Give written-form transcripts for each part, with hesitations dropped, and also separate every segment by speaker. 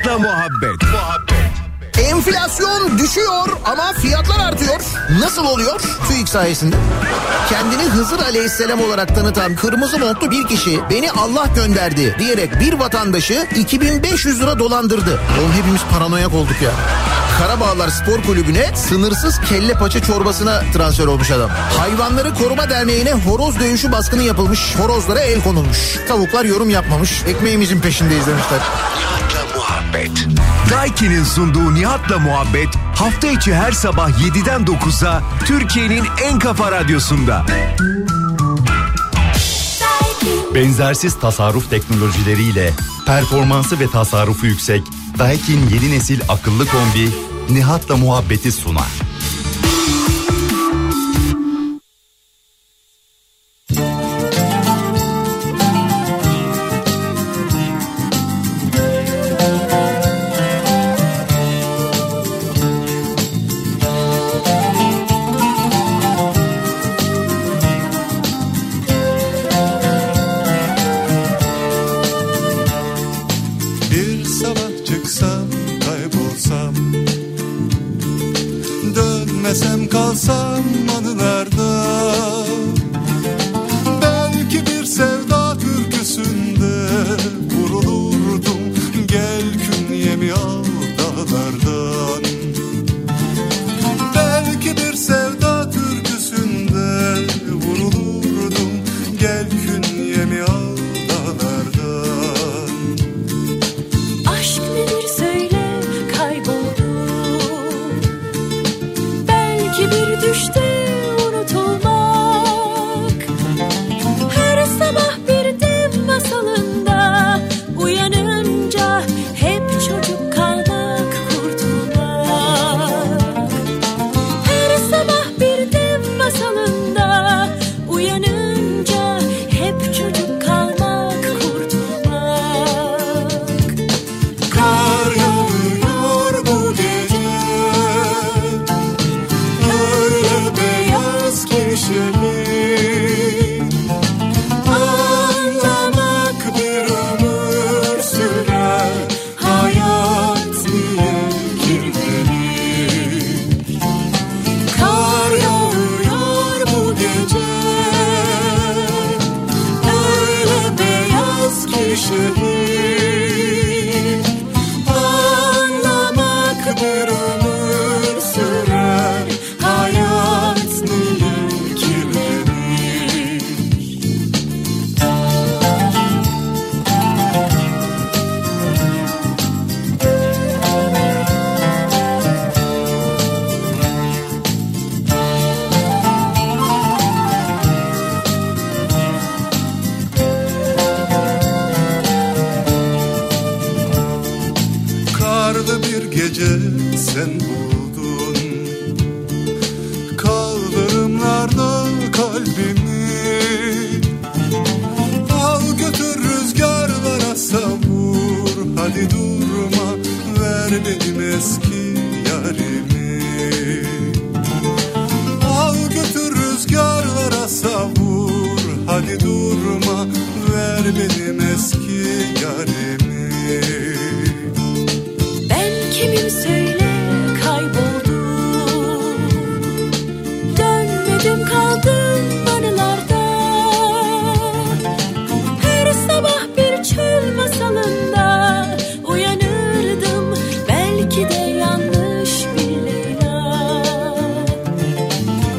Speaker 1: Nihat'la muhabbet.
Speaker 2: Enflasyon düşüyor ama fiyatlar artıyor. Nasıl oluyor? TÜİK sayesinde. Kendini Hızır Aleyhisselam olarak tanıtan kırmızı montlu bir kişi beni Allah gönderdi diyerek bir vatandaşı 2500 lira dolandırdı. Oğlum hepimiz paranoyak olduk ya. Karabağlar Spor Kulübü'ne sınırsız kelle paça çorbasına transfer olmuş adam. Hayvanları Koruma Derneği'ne horoz dövüşü baskını yapılmış. Horozlara el konulmuş. Tavuklar yorum yapmamış. Ekmeğimizin peşindeyiz demişler.
Speaker 1: Nihat'la muhabbet. Daiki'nin sunduğu Nihat'la muhabbet hafta içi her sabah 7'den 9'a Türkiye'nin en kafa radyosunda.
Speaker 3: Benzersiz tasarruf teknolojileriyle performansı ve tasarrufu yüksek Daikin yeni nesil akıllı kombi Nihat'la muhabbeti sunar.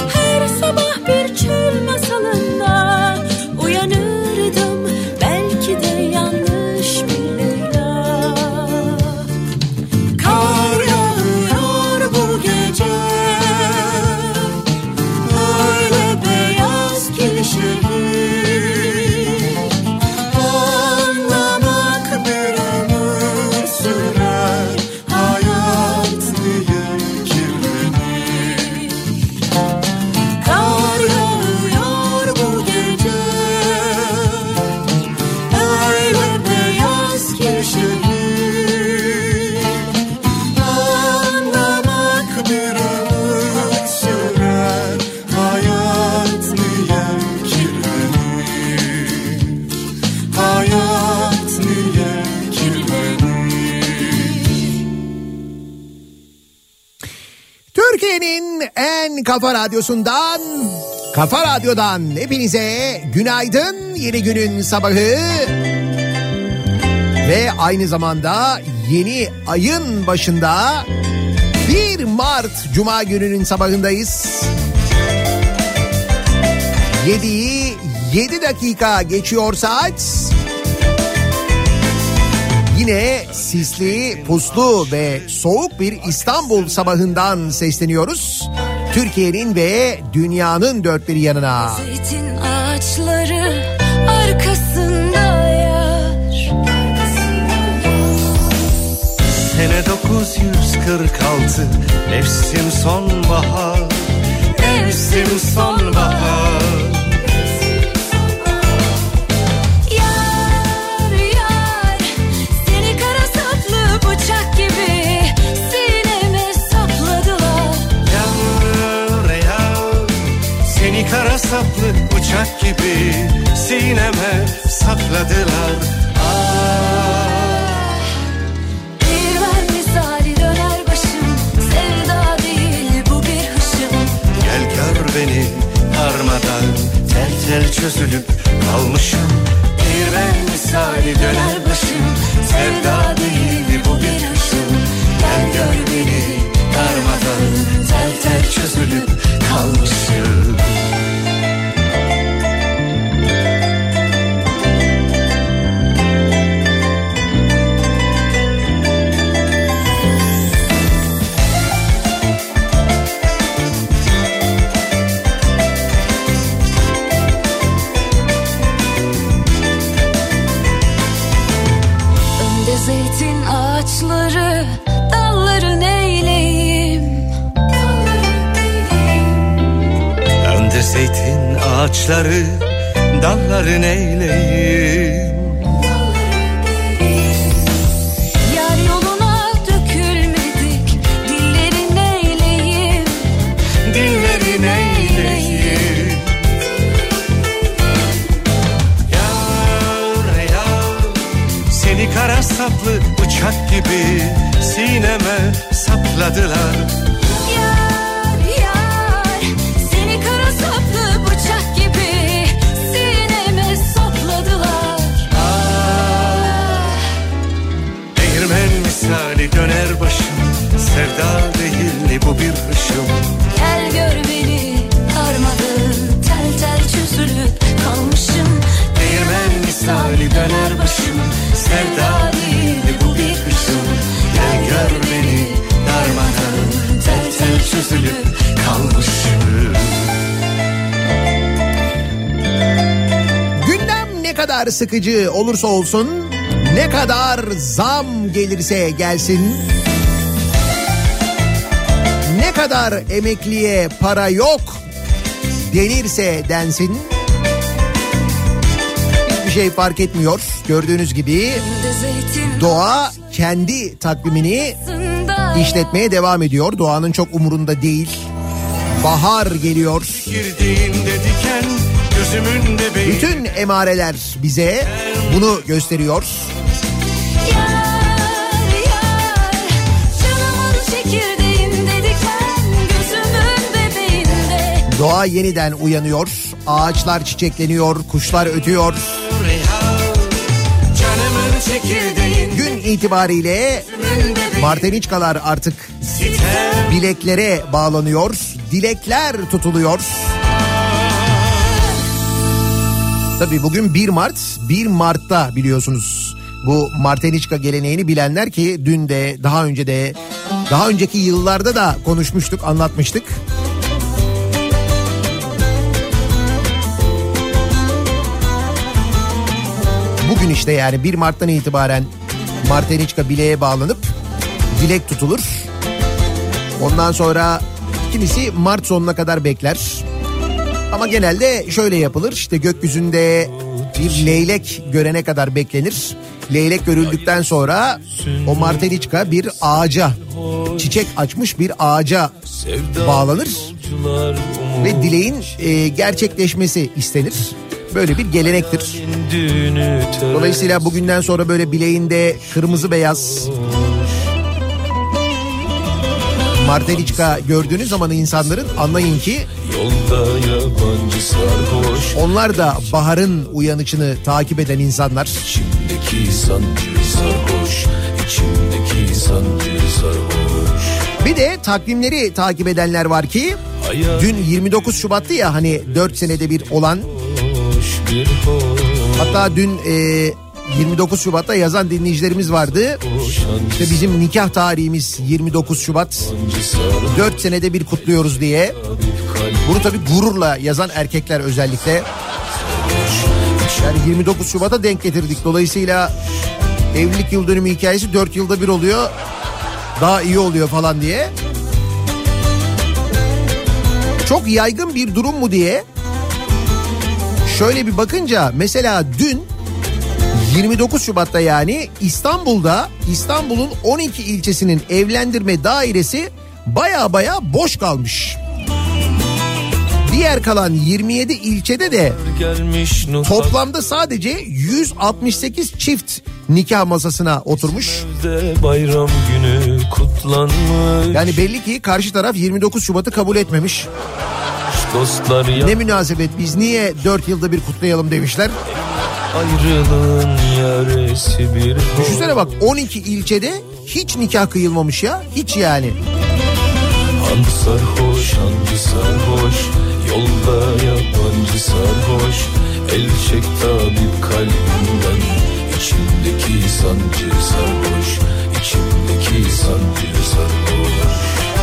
Speaker 4: Belki
Speaker 2: en kafa radyosundan, Kafa Radyo'dan hepinize günaydın. Yeni günün sabahı ve aynı zamanda yeni ayın başında 1 Mart Cuma gününün sabahındayız. 7'yi 7 dakika geçiyor saat. Yine sisli, puslu ve soğuk bir İstanbul sabahından sesleniyoruz. Türkiye'nin ve dünyanın dört bir yanına.
Speaker 4: Zeytin ağaçları arkasında yar.
Speaker 5: Sene 946, mevsim sonbahar, mevsim sonbahar. Kara saplı uçak gibi sineme sapladılar.
Speaker 4: Bir ver misali döner başım, sevda değil bu bir hışım.
Speaker 5: Gel gör beni darmadan, tel tel çözülüp kalmışım. Bir ver misali döner başım, sevda değil bu bir hışım. Gel gör beni darmadan, tel tel çözülüp kalmışım.
Speaker 4: Zeytin ağaçları, dalları neyleyim?
Speaker 5: Önde zeytin ağaçları, dalları neyleyim?
Speaker 4: Yar yoluna dökülmedik, dilleri neyleyim?
Speaker 5: Dilleri neyleyim? Yar yar, seni kara saplı uçak gibi sineme sapladılar.
Speaker 4: Yar yar, seni kara saplı bıçak gibi sineme sapladılar.
Speaker 5: Değirmen misali döner başım, sevda değil bu bir hışım.
Speaker 4: Gel gör beni darmadağın, tel tel çözülüp kalmışım.
Speaker 5: Değirmen misali döner başım, sevda değil bu bir hışım. Gel gör beni darmadan, tel tel çözülüp kalmışım.
Speaker 2: Gündem ne kadar sıkıcı olursa olsun, ne kadar zam gelirse gelsin, ne kadar emekliye para yok denirse densin, hiçbir şey fark etmiyor. Gördüğünüz gibi doğa kendi takvimini işletmeye devam ediyor. Doğanın çok umurunda değil. Bahar geliyor.
Speaker 5: Girdiğinde diken, gözümün bebeği.
Speaker 2: Bütün emareler bize bunu gösteriyor. Doğa yeniden uyanıyor. Ağaçlar çiçekleniyor, kuşlar ötüyor. Gün itibariyle Marteniçkalar artık dileklere bağlanıyor. Dilekler tutuluyor. Tabii bugün 1 Mart. 1 Mart'ta biliyorsunuz bu Marteniçka geleneğini bilenler, ki dün de daha önceki yıllarda da konuşmuştuk, anlatmıştık. Bugün işte yani 1 Mart'tan itibaren Marteniçka bileğe bağlanıp dilek tutulur. Ondan sonra kimisi Mart sonuna kadar bekler. Ama genelde şöyle yapılır. İşte gökyüzünde bir leylek görene kadar beklenir. Leylek görüldükten sonra o Marteniçka bir ağaca, çiçek açmış bir ağaca bağlanır ve dileğin gerçekleşmesi istenir. Böyle bir gelenektir. Dolayısıyla bugünden sonra böyle bileğinde kırmızı beyaz Marteliçka gördüğünüz zaman insanların anlayın ki
Speaker 6: Yolda yabancı sarhoş.
Speaker 2: onlar da baharın uyanışını takip eden insanlar.
Speaker 6: İçimdeki sancı sarhoş. İçimdeki sancı sarhoş.
Speaker 2: Bir de takvimleri takip edenler var ki dün 29 Şubat'tı ya hani 4 senede bir olan.
Speaker 6: Bir hoş.
Speaker 2: Hatta dün 29 Şubat'ta yazan dinleyicilerimiz vardı. İşte bizim nikah tarihimiz 29 Şubat. 4 senede bir kutluyoruz diye. Bunu tabii gururla yazan erkekler özellikle. Yani 29 Şubat'a denk getirdik. Dolayısıyla evlilik yıl dönümü hikayesi 4 yılda bir oluyor. Daha iyi oluyor falan diye. Çok yaygın bir durum mu diye şöyle bir bakınca mesela dün 29 Şubat'ta yani İstanbul'un 12 ilçesinin evlendirme dairesi baya boş kalmış. Diğer kalan 27 ilçede de toplamda sadece 168 çift nikah masasına oturmuş.
Speaker 6: Bayram günü kutlanmış.
Speaker 2: Yani belli ki karşı taraf 29 Şubat'ı kabul etmemiş.
Speaker 6: Dostlar
Speaker 2: ne münasebet biz niye 4 yılda bir kutlayalım demişler.
Speaker 6: Ayrılığın yaresi bir.
Speaker 2: Düşünsene bak 12 ilçede hiç nikah kıyılmamış ya. Hiç yani.
Speaker 6: Hangi sarhoş, hangi sarhoş. Yolda yabancı sarhoş. El çek tabip kalbimden. İçimdeki sancı sarhoş. İçimdeki sancı sarhoş.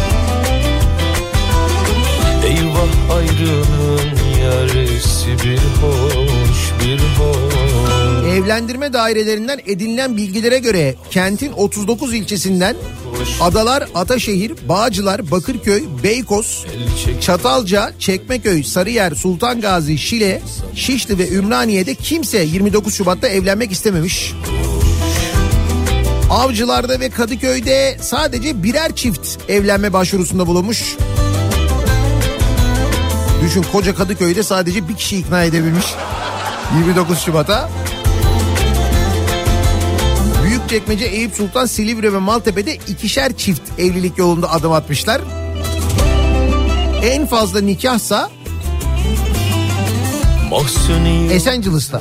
Speaker 6: Eyvah ayrılığın yaresi bir hoş, bir hoş.
Speaker 2: Evlendirme dairelerinden edinilen bilgilere göre kentin 39 ilçesinden Adalar, Ataşehir, Bağcılar, Bakırköy, Beykoz, Çatalca, Çekmeköy, Sarıyer, Sultan Gazi, Şile, Şişli ve Ümraniye'de kimse 29 Şubat'ta evlenmek istememiş. Avcılar'da ve Kadıköy'de sadece birer çift evlenme başvurusunda bulunmuş. Düşün koca Kadıköy'de sadece bir kişi ikna edebilmiş 29 Şubat'a. Büyükçekmece, Eyüp Sultan, Silivri ve Maltepe'de 2'şer çift evlilik yolunda adım atmışlar. En fazla nikahsa Esencilis'ta.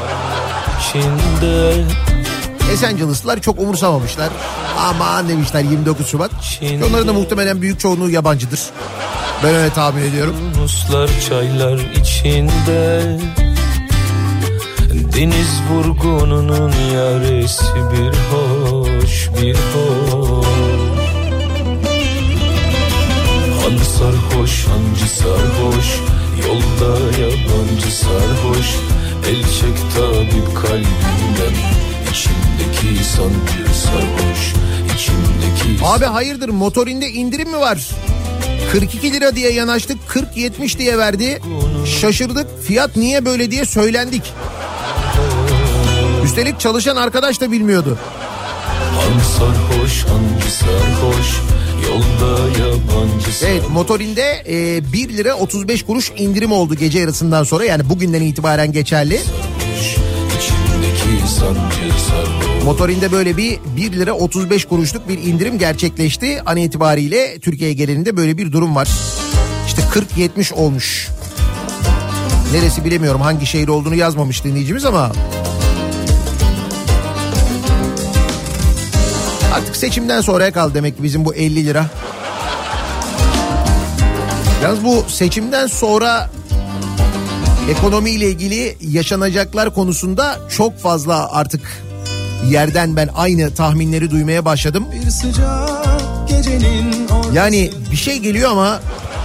Speaker 2: Esencilis'ler çok umursamamışlar. Aman demişler 29 Şubat. Onların da muhtemelen büyük çoğunluğu yabancıdır. Ben öyle tahmin ediyorum.
Speaker 6: Ruslar çaylar içinde. Deniz vurgununun yaresi bir hoş, bir hoş. Hangi sarhoş, hangi sarhoş. Yolda yabancı sarhoş. El çek tabip kalbimden. İçimdeki sancı sarhoş. İçimdeki...
Speaker 2: Abi hayırdır motorinde indirim mi var? 42 lira diye yanaştık, 40-70 diye verdi. Şaşırdık, fiyat niye böyle diye söylendik. Üstelik çalışan arkadaş da bilmiyordu.
Speaker 6: Hangi sarhoş, hangi sarhoş. Yolda yabancı sarhoş.
Speaker 2: Evet, motorinde 1 lira 35 kuruş indirim oldu gece yarısından sonra. Yani bugünden itibaren geçerli. Motorinde böyle bir 1 lira 35 kuruşluk bir indirim gerçekleşti. An itibariyle Türkiye genelinde böyle bir durum var. İşte 40-70 olmuş. Neresi bilemiyorum, hangi şehir olduğunu yazmamış dinleyicimiz ama... Artık seçimden sonraya kaldı demek ki bizim bu 50 lira. Yalnız bu seçimden sonra ekonomiyle ilgili yaşanacaklar konusunda çok fazla artık yerden ben aynı tahminleri duymaya başladım. Yani bir şey geliyor ama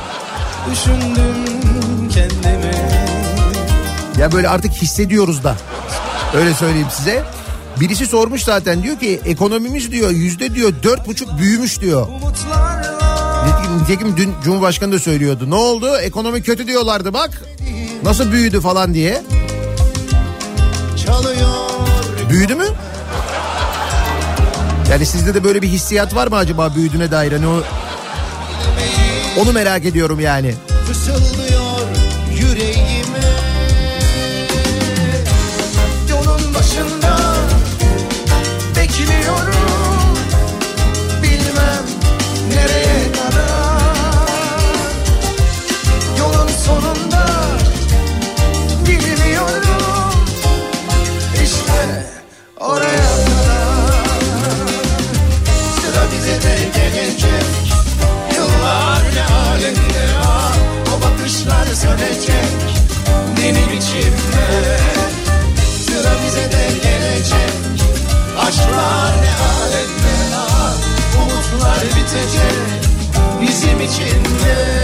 Speaker 2: ya böyle artık hissediyoruz da, öyle söyleyeyim size. Birisi sormuş zaten, diyor ki ekonomimiz diyor %4,5 büyümüş diyor. Nitekim dün Cumhurbaşkanı da söylüyordu. Ne oldu? Ekonomi kötü diyorlardı, bak nasıl büyüdü falan diye. Büyüdü mü? Yani sizde de böyle bir hissiyat var mı acaba büyüdüğüne dair? Hani onu merak ediyorum yani.
Speaker 5: Fısıldıyor yüreğime. Yolun başında bekliyorum. Bilmem nereye kadar. bitecek bizim için de.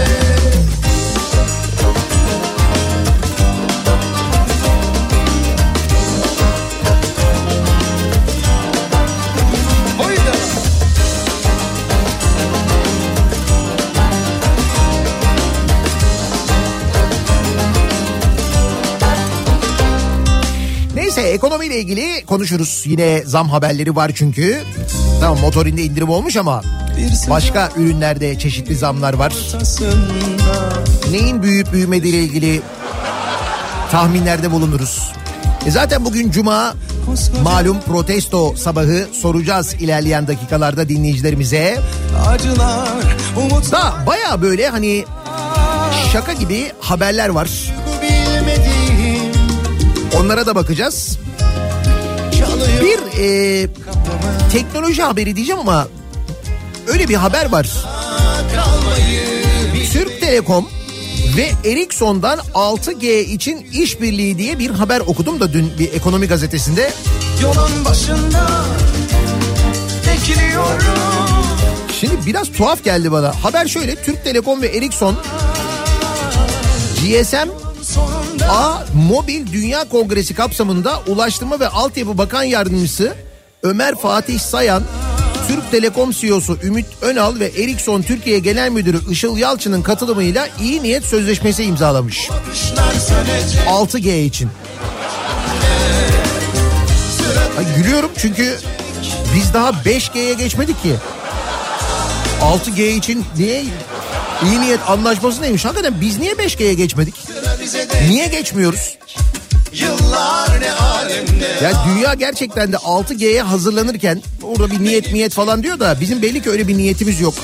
Speaker 2: Neyse, ekonomiyle ilgili konuşuruz. Yine zam haberleri var çünkü. Tamam, motorinde indirim olmuş ama başka ürünlerde çeşitli zamlar var. Neyin büyüyüp büyümediğiyle ilgili tahminlerde bulunuruz. Zaten bugün Cuma, malum protesto sabahı, soracağız ilerleyen dakikalarda dinleyicilerimize. Da baya böyle hani şaka gibi haberler var. Onlara da bakacağız. Bir teknoloji haberi diyeceğim ama öyle bir haber var. Türk Telekom ve Ericsson'dan 6G için işbirliği diye bir haber okudum da dün bir ekonomi gazetesinde.
Speaker 5: Yolun başında bekliyorum.
Speaker 2: Şimdi biraz tuhaf geldi bana. Haber şöyle: Türk Telekom ve Ericsson GSM A Mobil Dünya Kongresi kapsamında Ulaştırma ve Altyapı Bakan Yardımcısı Ömer Fatih Sayan, Türk Telekom CEO'su Ümit Önal ve Ericsson Türkiye Genel Müdürü Işıl Yalçın'ın katılımıyla iyi niyet sözleşmesi imzalamış. 6G için. Ay, gülüyorum çünkü biz daha 5G'ye geçmedik ki. 6G için niye iyi niyet anlaşması neymiş? Hakikaten biz niye 5G'ye geçmedik? Niye geçmiyoruz? Ya dünya gerçekten de 6G'ye hazırlanırken orada bir niyet falan diyor da bizim belli ki öyle bir niyetimiz yok.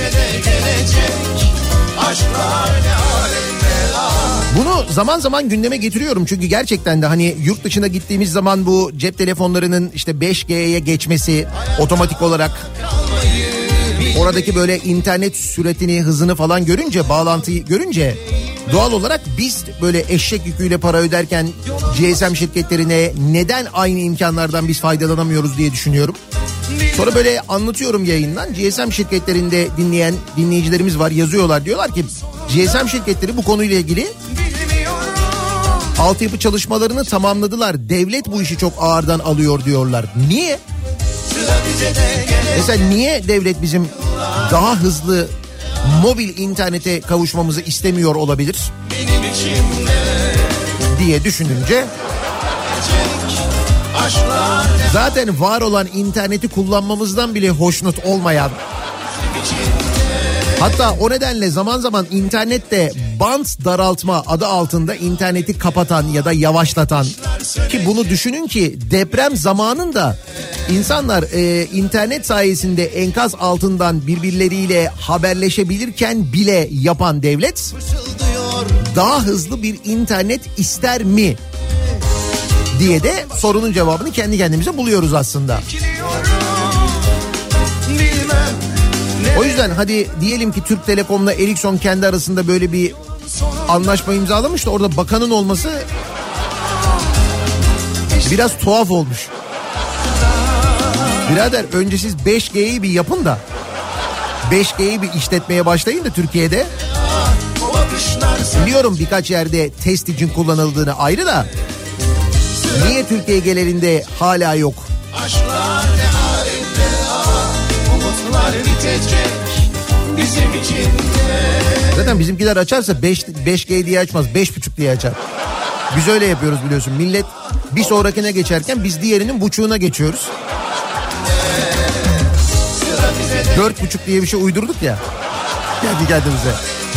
Speaker 2: Bunu zaman zaman gündeme getiriyorum çünkü gerçekten de hani yurt dışına gittiğimiz zaman bu cep telefonlarının işte 5G'ye geçmesi otomatik olarak, oradaki böyle internet süratini, hızını falan görünce, bağlantıyı görünce doğal olarak biz böyle eşek yüküyle para öderken GSM şirketlerine neden aynı imkanlardan biz faydalanamıyoruz diye düşünüyorum. Sonra böyle anlatıyorum yayından. GSM şirketlerinde dinleyen dinleyicilerimiz var, yazıyorlar, diyorlar ki GSM şirketleri bu konuyla ilgili altyapı çalışmalarını tamamladılar. Devlet bu işi çok ağırdan alıyor diyorlar. Niye? Mesela niye devlet bizim daha hızlı mobil internete kavuşmamızı istemiyor olabilir diye düşününce zaten var olan interneti kullanmamızdan bile hoşnut olmayan, hatta o nedenle zaman zaman internette bant daraltma adı altında interneti kapatan ya da yavaşlatan, ki bunu düşünün ki deprem zamanında insanlar internet sayesinde enkaz altından birbirleriyle haberleşebilirken bile yapan devlet daha hızlı bir internet ister mi diye de sorunun cevabını kendi kendimize buluyoruz aslında. O yüzden hadi diyelim ki Türk Telekom'la Ericsson kendi arasında böyle bir anlaşma imzalamış da orada bakanın olması biraz tuhaf olmuş. Birader önce siz 5G'yi bir yapın da 5G'yi bir işletmeye başlayın da Türkiye'de. Biliyorum birkaç yerde test için kullanıldığını ayrı da niye Türkiye genelinde hala yok? Zaten bizimkiler açarsa 5G diye açmaz, 5.5 diye açar. Biz öyle yapıyoruz biliyorsun. Millet bir sonrakine geçerken biz diğerinin buçuğuna geçiyoruz. 4.5 diye bir şey uydurduk ya. Geldi kendimize.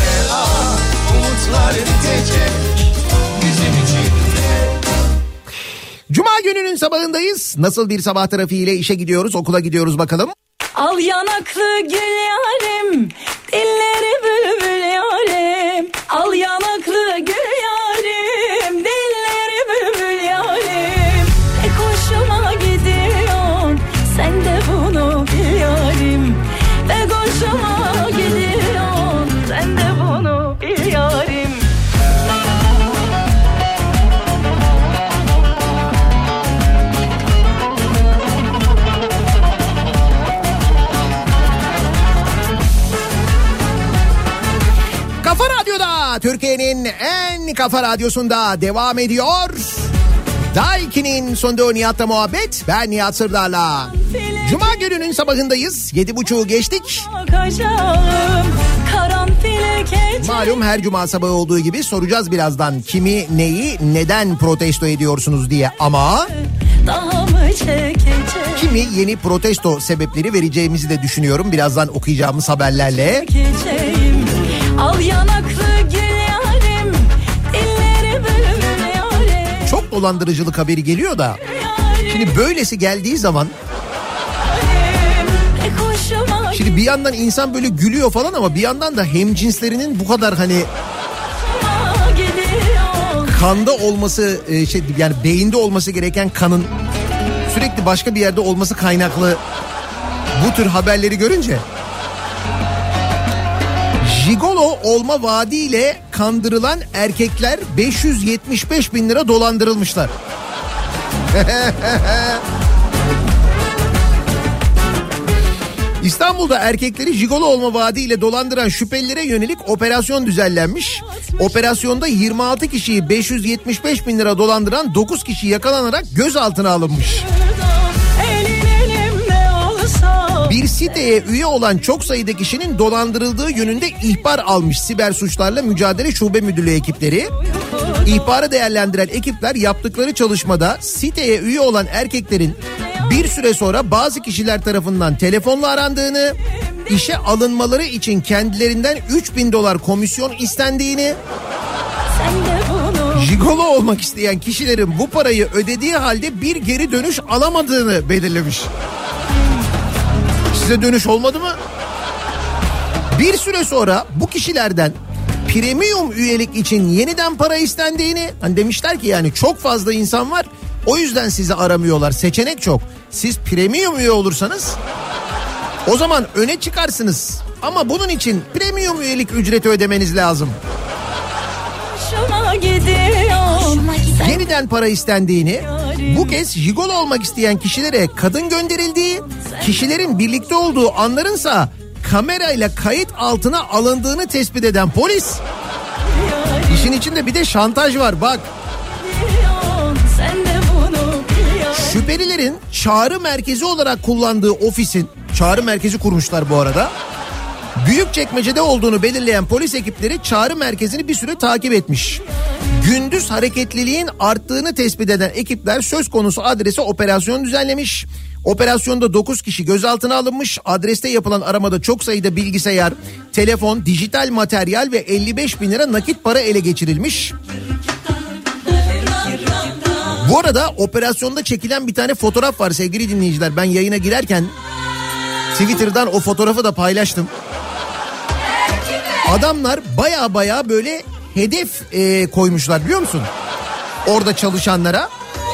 Speaker 2: Cuma gününün sabahındayız. Nasıl bir sabah trafiğiyle işe gidiyoruz, okula gidiyoruz bakalım.
Speaker 4: Al yanaklı gül yarim, dilleri bülbül yarim. Al yanaklı gül yarim, dilleri bülbül yarim. Pek hoşuma gidiyor, sen de bunu bil yarim. Pek hoşuma gidiyor, sen de bunu bil yarim.
Speaker 2: Türkiye'nin en kafa radyosunda devam ediyor. Daiki'nin sonunda Nihat'la muhabbet. Ben Nihat Sırdar'la. Cuma gününün sabahındayız. 7.30'u geçtik. Malum her cuma sabahı olduğu gibi soracağız birazdan kimi, neyi, neden protesto ediyorsunuz diye. Ama kimi yeni protesto sebepleri vereceğimizi de düşünüyorum. Birazdan okuyacağımız haberlerle. Al yanaklı gül yarim, dilleri bülbül yarim. Çok dolandırıcılık haberi geliyor da. Şimdi böylesi geldiği zaman... Şimdi bir yandan insan böyle gülüyor falan ama bir yandan da hemcinslerinin bu kadar hani... Kanda olması, yani beyinde olması gereken kanın sürekli başka bir yerde olması kaynaklı bu tür haberleri görünce... Jigolo olma vaadiyle kandırılan erkekler 575 bin lira dolandırılmışlar. İstanbul'da erkekleri jigolo olma vaadiyle dolandıran şüphelilere yönelik operasyon düzenlenmiş. Operasyonda 26 kişiyi 575 bin lira dolandıran 9 kişi yakalanarak gözaltına alınmış. Bir siteye üye olan çok sayıda kişinin dolandırıldığı yönünde ihbar almış Siber Suçlarla Mücadele Şube Müdürlüğü ekipleri. İhbarı değerlendiren ekipler yaptıkları çalışmada siteye üye olan erkeklerin bir süre sonra bazı kişiler tarafından telefonla arandığını, işe alınmaları için kendilerinden 3.000 dolar komisyon istendiğini, jigolo olmak isteyen kişilerin bu parayı ödediği halde bir geri dönüş alamadığını belirlemiş. Size dönüş olmadı mı? Bir süre sonra bu kişilerden premium üyelik için yeniden para istendiğini, hani demişler ki yani çok fazla insan var, o yüzden sizi aramıyorlar, seçenek çok. Siz premium üye olursanız o zaman öne çıkarsınız ama bunun için premium üyelik ücreti ödemeniz lazım. Yeniden para istendiğini, bu kez jigolo olmak isteyen kişilere kadın gönderildiği, kişilerin birlikte olduğu anlarınsa kamerayla kayıt altına alındığını tespit eden polis. İşin içinde bir de şantaj var bak. Şüphelilerin çağrı merkezi olarak kullandığı ofisin, çağrı merkezi kurmuşlar bu arada. Büyükçekmece'de olduğunu belirleyen polis ekipleri çağrı merkezini bir süre takip etmiş. Gündüz hareketliliğin arttığını tespit eden ekipler söz konusu adrese operasyon düzenlemiş. Operasyonda 9 kişi gözaltına alınmış. Adreste yapılan aramada çok sayıda bilgisayar, telefon, dijital materyal ve 55 bin lira nakit para ele geçirilmiş. Bu arada operasyonda çekilen bir tane fotoğraf var sevgili dinleyiciler. Ben yayına girerken Twitter'dan o fotoğrafı da paylaştım. Adamlar baya böyle hedef koymuşlar biliyor musun? Orada çalışanlara.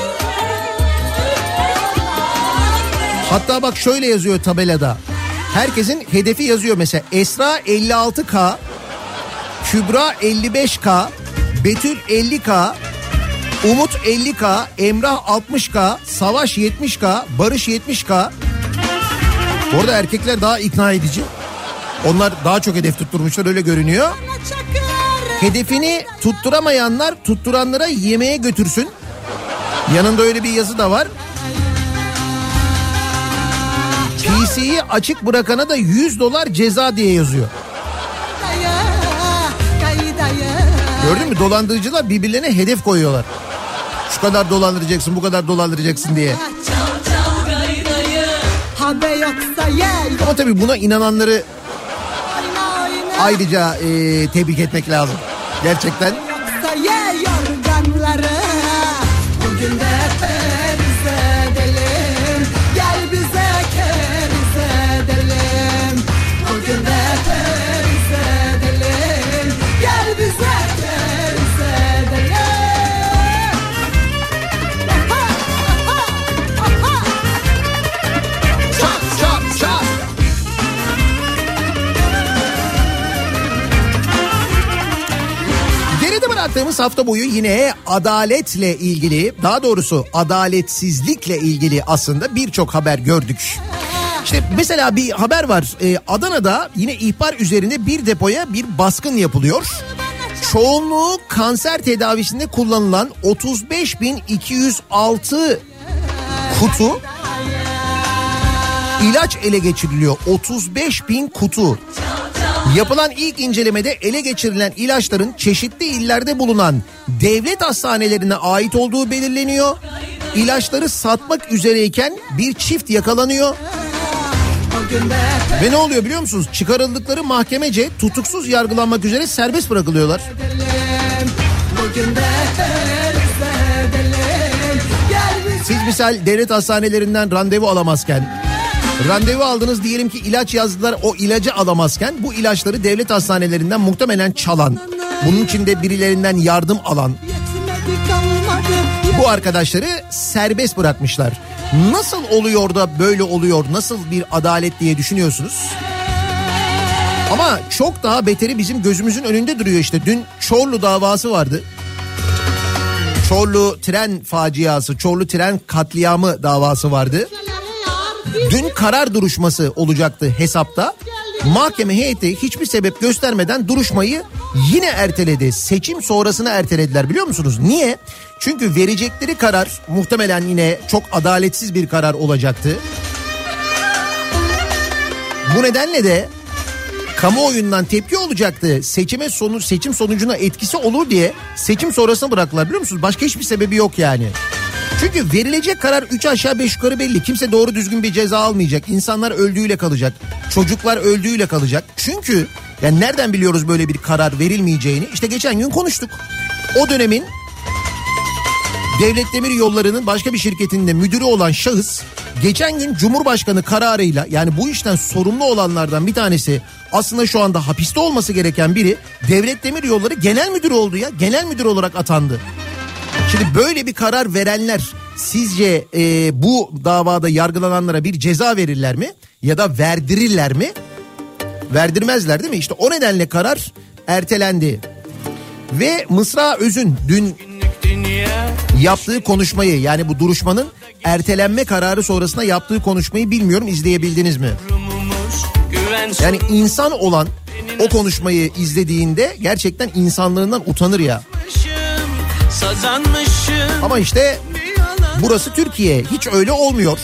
Speaker 2: Hatta bak şöyle yazıyor tabelada. Herkesin hedefi yazıyor mesela. Esra 56K, Kübra 55K, Betül 50K, Umut 50K, Emrah 60K, Savaş 70K, Barış 70K. Bu arada erkekler daha ikna edici. Onlar daha çok hedef tutturmuşlar öyle görünüyor. Hedefini tutturamayanlar tutturanlara yemeğe götürsün. Yanında öyle bir yazı da var. PC'yi açık bırakana da 100 dolar ceza diye yazıyor. Gördün mü? Dolandırıcılar birbirlerine hedef koyuyorlar. Şu kadar dolandıracaksın, bu kadar dolandıracaksın diye. Ama tabii buna inananları ayrıca tebrik etmek lazım. Gerçekten. Bugün de periz edelim. Gel bize keriz edelim. Bugün de periz edelim. Gel bize keriz edelim. Çat çat çat. Geride bıraktığımız hafta boyu yine adaletle ilgili, daha doğrusu adaletsizlikle ilgili aslında birçok haber gördük. İşte mesela bir haber var. Adana'da yine ihbar üzerine bir depoya bir baskın yapılıyor. çoğunluğu kanser tedavisinde kullanılan 35.206 kutu ilaç ele geçiriliyor. 35.000 kutu. Yapılan ilk incelemede ele geçirilen ilaçların çeşitli illerde bulunan devlet hastanelerine ait olduğu belirleniyor. İlaçları satmak üzereyken bir çift yakalanıyor. Ve ne oluyor biliyor musunuz? Çıkarıldıkları mahkemece tutuksuz yargılanmak üzere serbest bırakılıyorlar. Siz misal devlet hastanelerinden randevu alamazken, randevu aldınız diyelim ki ilaç yazdılar, o ilacı alamazken bu ilaçları devlet hastanelerinden muhtemelen çalan, bunun için de birilerinden yardım alan bu arkadaşları serbest bırakmışlar. Nasıl oluyor da böyle oluyor, nasıl bir adalet diye düşünüyorsunuz? Ama çok daha beteri bizim gözümüzün önünde duruyor işte. Dün Çorlu davası vardı. Çorlu tren faciası, Çorlu tren katliamı davası vardı. Dün karar duruşması olacaktı hesapta. Mahkeme heyeti hiçbir sebep göstermeden duruşmayı yine erteledi. Seçim sonrasına ertelediler, biliyor musunuz? Niye? Çünkü verecekleri karar muhtemelen yine çok adaletsiz bir karar olacaktı. Bu nedenle de kamuoyundan tepki olacaktı. Seçim sonucuna etkisi olur diye seçim sonrasına bıraktılar, biliyor musunuz? Başka hiçbir sebebi yok yani. Çünkü verilecek karar 3 aşağı 5 yukarı belli. Kimse doğru düzgün bir ceza almayacak. İnsanlar öldüğüyle kalacak. Çocuklar öldüğüyle kalacak. Çünkü yani nereden biliyoruz böyle bir karar verilmeyeceğini? İşte geçen gün konuştuk. O dönemin Devlet Demiryolları'nın başka bir şirketinde müdürü olan şahıs geçen gün Cumhurbaşkanı kararıyla, yani bu işten sorumlu olanlardan bir tanesi, aslında şu anda hapiste olması gereken biri, Devlet Demiryolları Genel Müdürü oldu ya. Genel müdür olarak atandı. Şimdi böyle bir karar verenler sizce bu davada yargılananlara bir ceza verirler mi? Ya da verdirirler mi? Verdirmezler değil mi? İşte o nedenle karar ertelendi. Ve Mısra Öz'ün dün yaptığı konuşmayı, yani bu duruşmanın ertelenme kararı sonrasında yaptığı konuşmayı bilmiyorum izleyebildiniz mi? Yani insan olan o konuşmayı izlediğinde gerçekten insanlığından utanır ya. Ama işte burası Türkiye, hiç öyle olmuyor.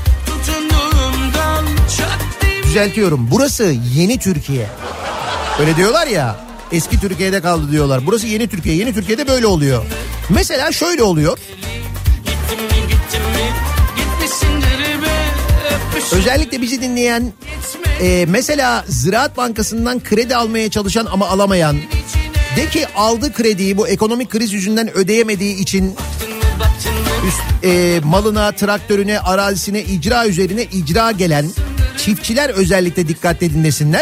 Speaker 2: Düzeltiyorum, burası yeni Türkiye. Öyle diyorlar ya, eski Türkiye'de kaldı diyorlar. Burası yeni Türkiye, yeni Türkiye'de böyle oluyor. Mesela şöyle oluyor. Özellikle bizi dinleyen, mesela Ziraat Bankası'ndan kredi almaya çalışan ama alamayan, de ki aldı krediyi bu ekonomik kriz yüzünden ödeyemediği için malına, traktörüne, arazisine, icra üzerine icra gelen çiftçiler özellikle dikkatle dinlesinler.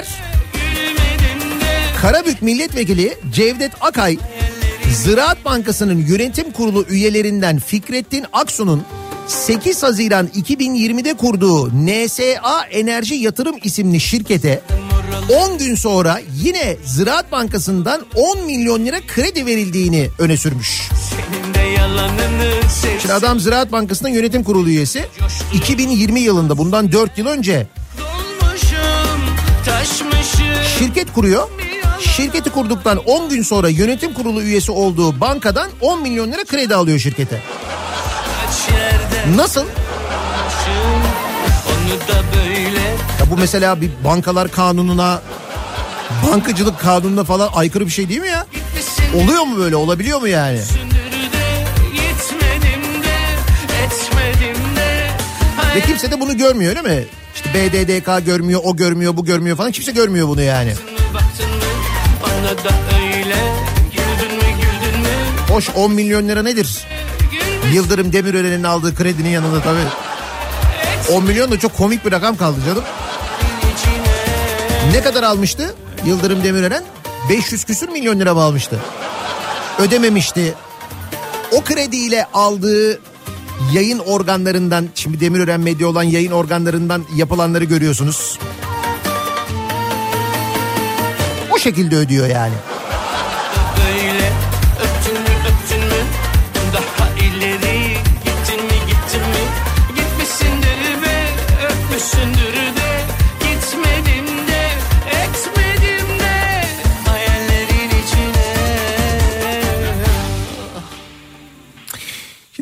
Speaker 2: Karabük Milletvekili Cevdet Akay, Ziraat Bankası'nın yönetim kurulu üyelerinden Fikrettin Aksu'nun 8 Haziran 2020'de kurduğu NSA Enerji Yatırım isimli şirkete 10 gün sonra yine Ziraat Bankası'ndan 10 milyon lira kredi verildiğini öne sürmüş. Şimdi adam Ziraat Bankası'nın yönetim kurulu üyesi. 2020 yılında, bundan 4 yıl önce şirket kuruyor. Şirketi kurduktan 10 gün sonra yönetim kurulu üyesi olduğu bankadan 10 milyon lira kredi alıyor şirkete. Nasıl? Ya bu mesela bir bankalar kanununa, bankacılık kanununa falan aykırı bir şey değil mi ya? Oluyor mu böyle? Olabiliyor mu yani? Ve kimse de bunu görmüyor, öyle mi? İşte BDDK görmüyor, o görmüyor, bu görmüyor falan. Kimse görmüyor bunu yani. Hoş 10 milyon lira nedir? Yıldırım Demirören'in aldığı kredinin yanında tabii. 10 milyon da çok komik bir rakam kaldı canım. Ne kadar almıştı Yıldırım Demirören? 500 küsür milyon lira mı almıştı? Ödememişti. O krediyle aldığı yayın organlarından, şimdi Demirören Medya olan yayın organlarından yapılanları görüyorsunuz. O şekilde ödüyor yani.
Speaker 5: Böyle öptün mü daha ileri gittin mi gitmişsindir be, öpmüşsündür de gitmedim de etmedim de hayallerin içine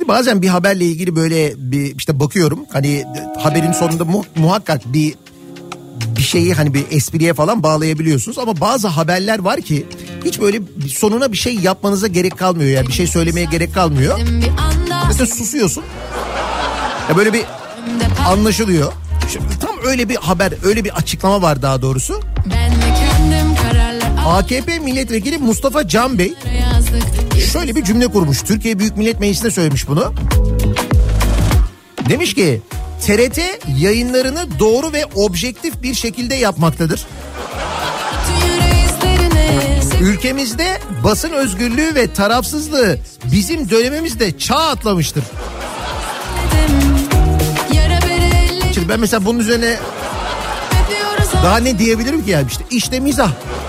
Speaker 2: Şimdi bazen bir haberle ilgili böyle bir işte bakıyorum. Hani haberin sonunda muhakkak bir şeyi hani bir espriye falan bağlayabiliyorsunuz. Ama bazı haberler var ki hiç böyle sonuna bir şey yapmanıza gerek kalmıyor. Yani bir şey söylemeye gerek kalmıyor. Mesela susuyorsun. Ya böyle bir anlaşılıyor. Şimdi tam öyle bir haber, öyle bir açıklama var daha doğrusu. AKP milletvekili Mustafa Can Bey şöyle bir cümle kurmuş. Türkiye Büyük Millet Meclisi'nde söylemiş bunu. Demiş ki TRT yayınlarını doğru ve objektif bir şekilde yapmaktadır. Ülkemizde basın özgürlüğü ve tarafsızlığı bizim dönemimizde çağ atlamıştır. Şimdi ben mesela bunun üzerine daha ne diyebilirim ki yani işte mizah.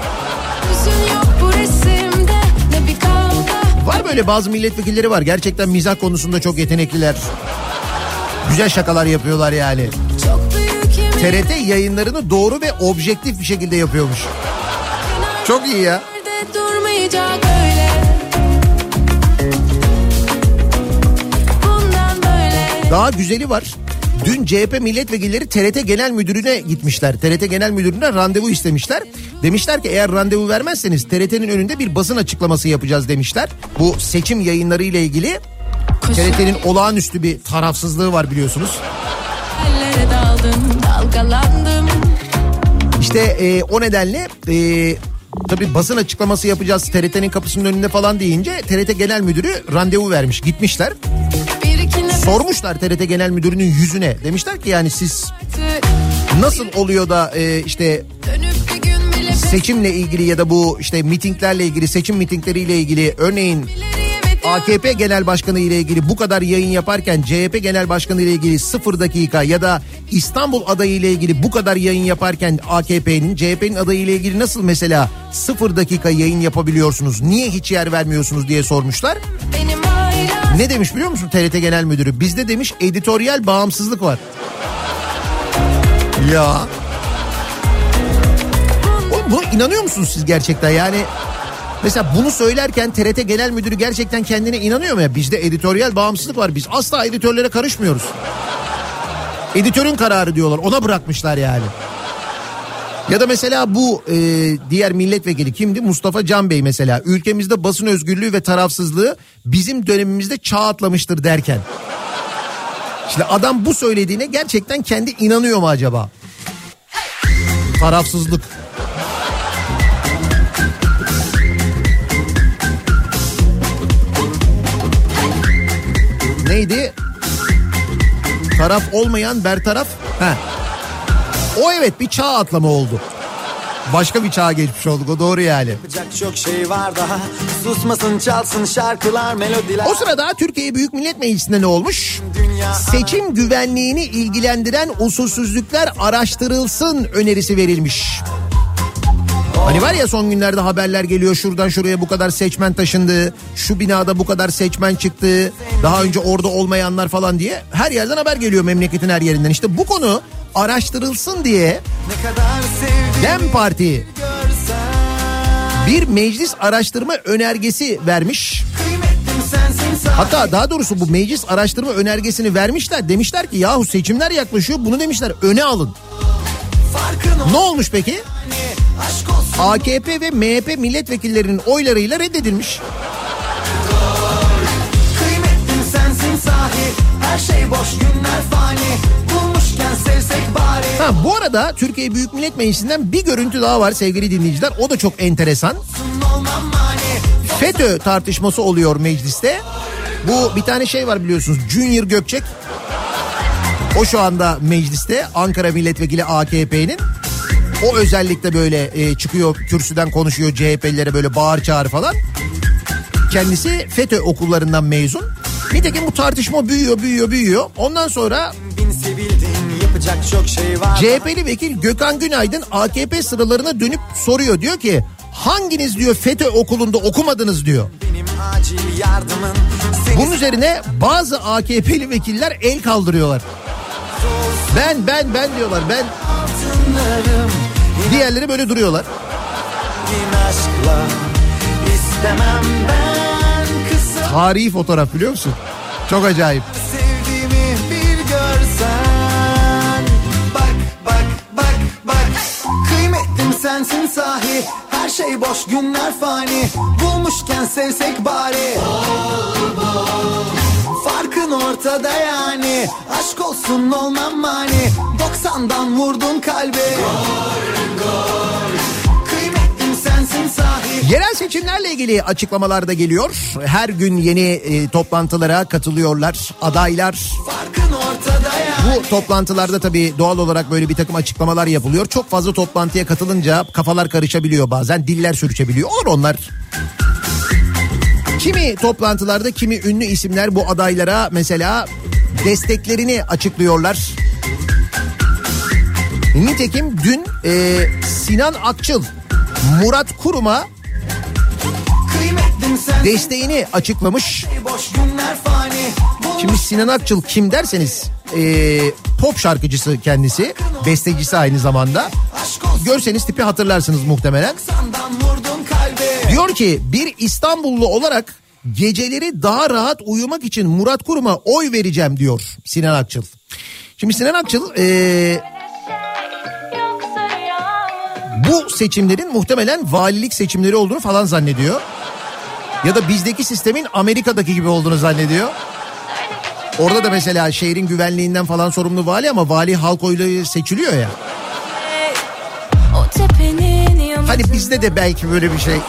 Speaker 2: Var böyle bazı milletvekilleri var. Gerçekten mizah konusunda çok yetenekliler. Güzel şakalar yapıyorlar yani. TRT yayınlarını doğru ve objektif bir şekilde yapıyormuş. Çok iyi ya. Daha güzeli var. Dün CHP milletvekilleri TRT Genel Müdürü'ne gitmişler. TRT Genel Müdürü'nden randevu istemişler. Demişler ki eğer randevu vermezseniz TRT'nin önünde bir basın açıklaması yapacağız demişler. Bu seçim yayınları ile ilgili TRT'nin olağanüstü bir tarafsızlığı var biliyorsunuz. İşte o nedenle tabii basın açıklaması yapacağız TRT'nin kapısının önünde falan deyince TRT Genel Müdürü randevu vermiş, gitmişler. Sormuşlar TRT Genel Müdürü'nün yüzüne. Demişler ki yani siz nasıl oluyor da işte seçimle ilgili ya da bu işte mitinglerle ilgili, seçim mitingleriyle ilgili örneğin AKP Genel Başkanı ile ilgili bu kadar yayın yaparken CHP Genel Başkanı ile ilgili 0 dakika ya da İstanbul adayı ile ilgili bu kadar yayın yaparken AKP'nin, CHP'nin adayı ile ilgili nasıl mesela 0 dakika yayın yapabiliyorsunuz? Niye hiç yer vermiyorsunuz diye sormuşlar. Ne demiş biliyor musun TRT Genel Müdürü? Bizde demiş editoryal bağımsızlık var. Ya. Buna inanıyor musunuz siz gerçekten? Yani mesela bunu söylerken TRT Genel Müdürü gerçekten kendine inanıyor mu ya? Bizde editoryal bağımsızlık var. Biz asla editörlere karışmıyoruz. Editörün kararı diyorlar. Ona bırakmışlar yani. Ya da mesela bu diğer milletvekili kimdi? Mustafa Can Bey mesela. Ülkemizde basın özgürlüğü ve tarafsızlığı bizim dönemimizde çağ atlamıştır derken. Şimdi adam bu söylediğine gerçekten kendi inanıyor mu acaba? Tarafsızlık. Neydi? Taraf olmayan bertaraf. O evet bir çağ atlama oldu. Başka bir çağa geçmiş olduk, o doğru yani. Yapacak çok şey var daha. Susmasın çalsın şarkılar, melodiler. O sırada Türkiye Büyük Millet Meclisi'nde ne olmuş? Seçim güvenliğini ilgilendiren usulsüzlükler araştırılsın önerisi verilmiş. Hani var ya son günlerde haberler geliyor, şuradan şuraya bu kadar seçmen taşındı, şu binada bu kadar seçmen çıktı, daha önce orada olmayanlar falan diye her yerden haber geliyor, memleketin her yerinden. İşte bu konu araştırılsın diye DEM Parti bir meclis araştırma önergesi vermiş. Hatta daha doğrusu bu meclis araştırma önergesini vermişler, demişler ki yahu seçimler yaklaşıyor, bunu demişler öne alın. Ne olmuş peki? AKP ve MHP milletvekillerinin oylarıyla reddedilmiş. Kıymetlim sensin sahi, her şey boş günler fani, bulmuşken sevsek bari. Bu arada Türkiye Büyük Millet Meclisi'nden bir görüntü daha var sevgili dinleyiciler, o da çok enteresan. FETÖ tartışması oluyor mecliste. Bu bir tane şey var biliyorsunuz, Junior Gökçek. O şu anda mecliste, Ankara Milletvekili AKP'nin. O özellikle böyle çıkıyor kürsüden konuşuyor, CHP'lilere böyle bağır çağır falan. Kendisi FETÖ okullarından mezun. Nitekim bu tartışma büyüyor. Ondan sonra CHP'li vekil Gökhan Günaydın AKP sıralarına dönüp soruyor. Diyor ki hanginiz diyor FETÖ okulunda okumadınız diyor. Bunun üzerine bazı AKP'li vekiller el kaldırıyorlar. Ben diyorlar, ben. Diğerleri böyle duruyorlar. Tarihi fotoğraf biliyor musun? Çok acayip.
Speaker 5: Sevdiğimi bir görsen. Bak bak bak bak. Kıymetlim sensin sahi. Her şey boş, günler fani. Bulmuşken sevsek bari. Farkın ortada yani. Aşk olsun olmam mani. 90'dan vurdun kalbi. Kıymetlim sensin sahi.
Speaker 2: Yerel seçimlerle ilgili açıklamalar da geliyor. Her gün yeni toplantılara katılıyorlar adaylar.
Speaker 5: Farkın ortada yani.
Speaker 2: Bu toplantılarda tabii doğal olarak böyle bir takım açıklamalar yapılıyor. Çok fazla toplantıya katılınca kafalar karışabiliyor bazen, diller sürçebiliyor. Onlar. Kimi toplantılarda kimi ünlü isimler bu adaylara mesela desteklerini açıklıyorlar. Nitekim dün Sinan Akçıl, Murat Kurum'a desteğini açıklamış. Şimdi Sinan Akçıl kim derseniz pop şarkıcısı kendisi, bestecisi aynı zamanda. Görseniz tipi hatırlarsınız muhtemelen. Diyor ki bir İstanbullu olarak geceleri daha rahat uyumak için Murat Kurum'a oy vereceğim diyor Sinan Akçıl. Şimdi Sinan Akçıl bu seçimlerin muhtemelen valilik seçimleri olduğunu falan zannediyor. Ya da bizdeki sistemin Amerika'daki gibi olduğunu zannediyor. Orada da mesela şehrin güvenliğinden falan sorumlu vali ama vali halk oyuyla seçiliyor ya. Hani bizde de belki böyle bir şey.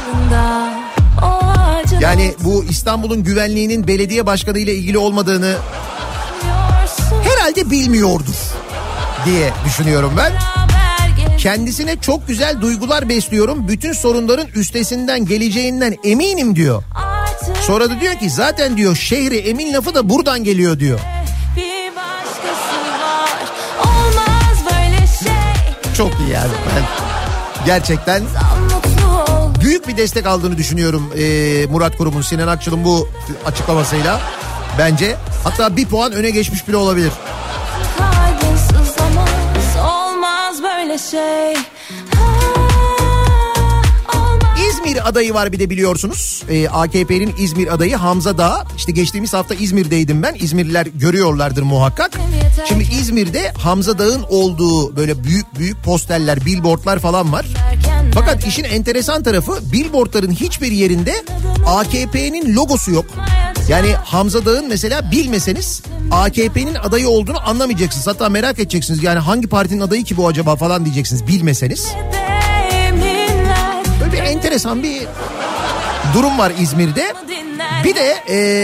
Speaker 2: Yani bu İstanbul'un güvenliğinin belediye başkanı ile ilgili olmadığını herhalde bilmiyordur diye düşünüyorum ben. Kendisine çok güzel duygular besliyorum. Bütün sorunların üstesinden geleceğinden eminim diyor. Sonra da diyor ki zaten diyor şehri emin lafı da buradan geliyor diyor. Çok iyi yani. Ben gerçekten büyük bir destek aldığını düşünüyorum Murat Kurum'un, Sinan Akçıl'ın bu açıklamasıyla. Bence hatta bir puan öne geçmiş bile olabilir. İzmir adayı var bir de biliyorsunuz. AKP'nin İzmir adayı Hamza Dağ. İşte geçtiğimiz hafta İzmir'deydim ben. İzmirliler görüyorlardır muhakkak. Şimdi İzmir'de Hamza Dağ'ın olduğu böyle büyük büyük posterler, billboardlar falan var. Fakat işin enteresan tarafı billboardların hiçbir yerinde AKP'nin logosu yok. Yani Hamza Dağ'ın mesela bilmeseniz AKP'nin adayı olduğunu anlamayacaksınız. Hatta merak edeceksiniz yani hangi partinin adayı ki bu acaba falan diyeceksiniz bilmeseniz. Böyle bir enteresan bir durum var İzmir'de. Bir de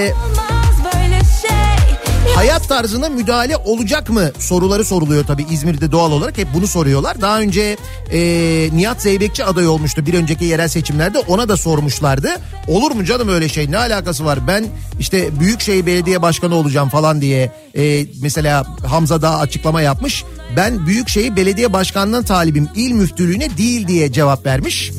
Speaker 2: hayat tarzına müdahale olacak mı soruları soruluyor tabii İzmir'de doğal olarak. Hep bunu soruyorlar. Daha önce Nihat Zeybekçi aday olmuştu bir önceki yerel seçimlerde, ona da sormuşlardı. Olur mu canım öyle şey, ne alakası var, ben işte Büyükşehir Belediye Başkanı olacağım falan diye mesela Hamza Dağ açıklama yapmış. Ben Büyükşehir Belediye Başkanlığı'na talibim, il müftülüğüne değil diye cevap vermiş.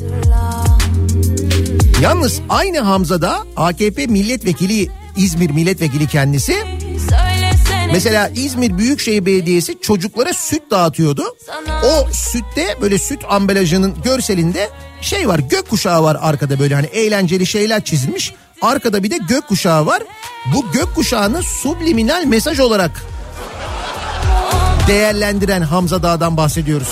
Speaker 2: Yalnız aynı Hamza Dağ AKP milletvekili, İzmir milletvekili kendisi. Mesela İzmir Büyükşehir Belediyesi çocuklara süt dağıtıyordu. O sütte böyle süt ambalajının görselinde şey var, gökkuşağı var arkada, böyle hani eğlenceli şeyler çizilmiş. Arkada bir de gökkuşağı var. Bu gökkuşağını subliminal mesaj olarak değerlendiren Hamza Dağ'dan bahsediyoruz.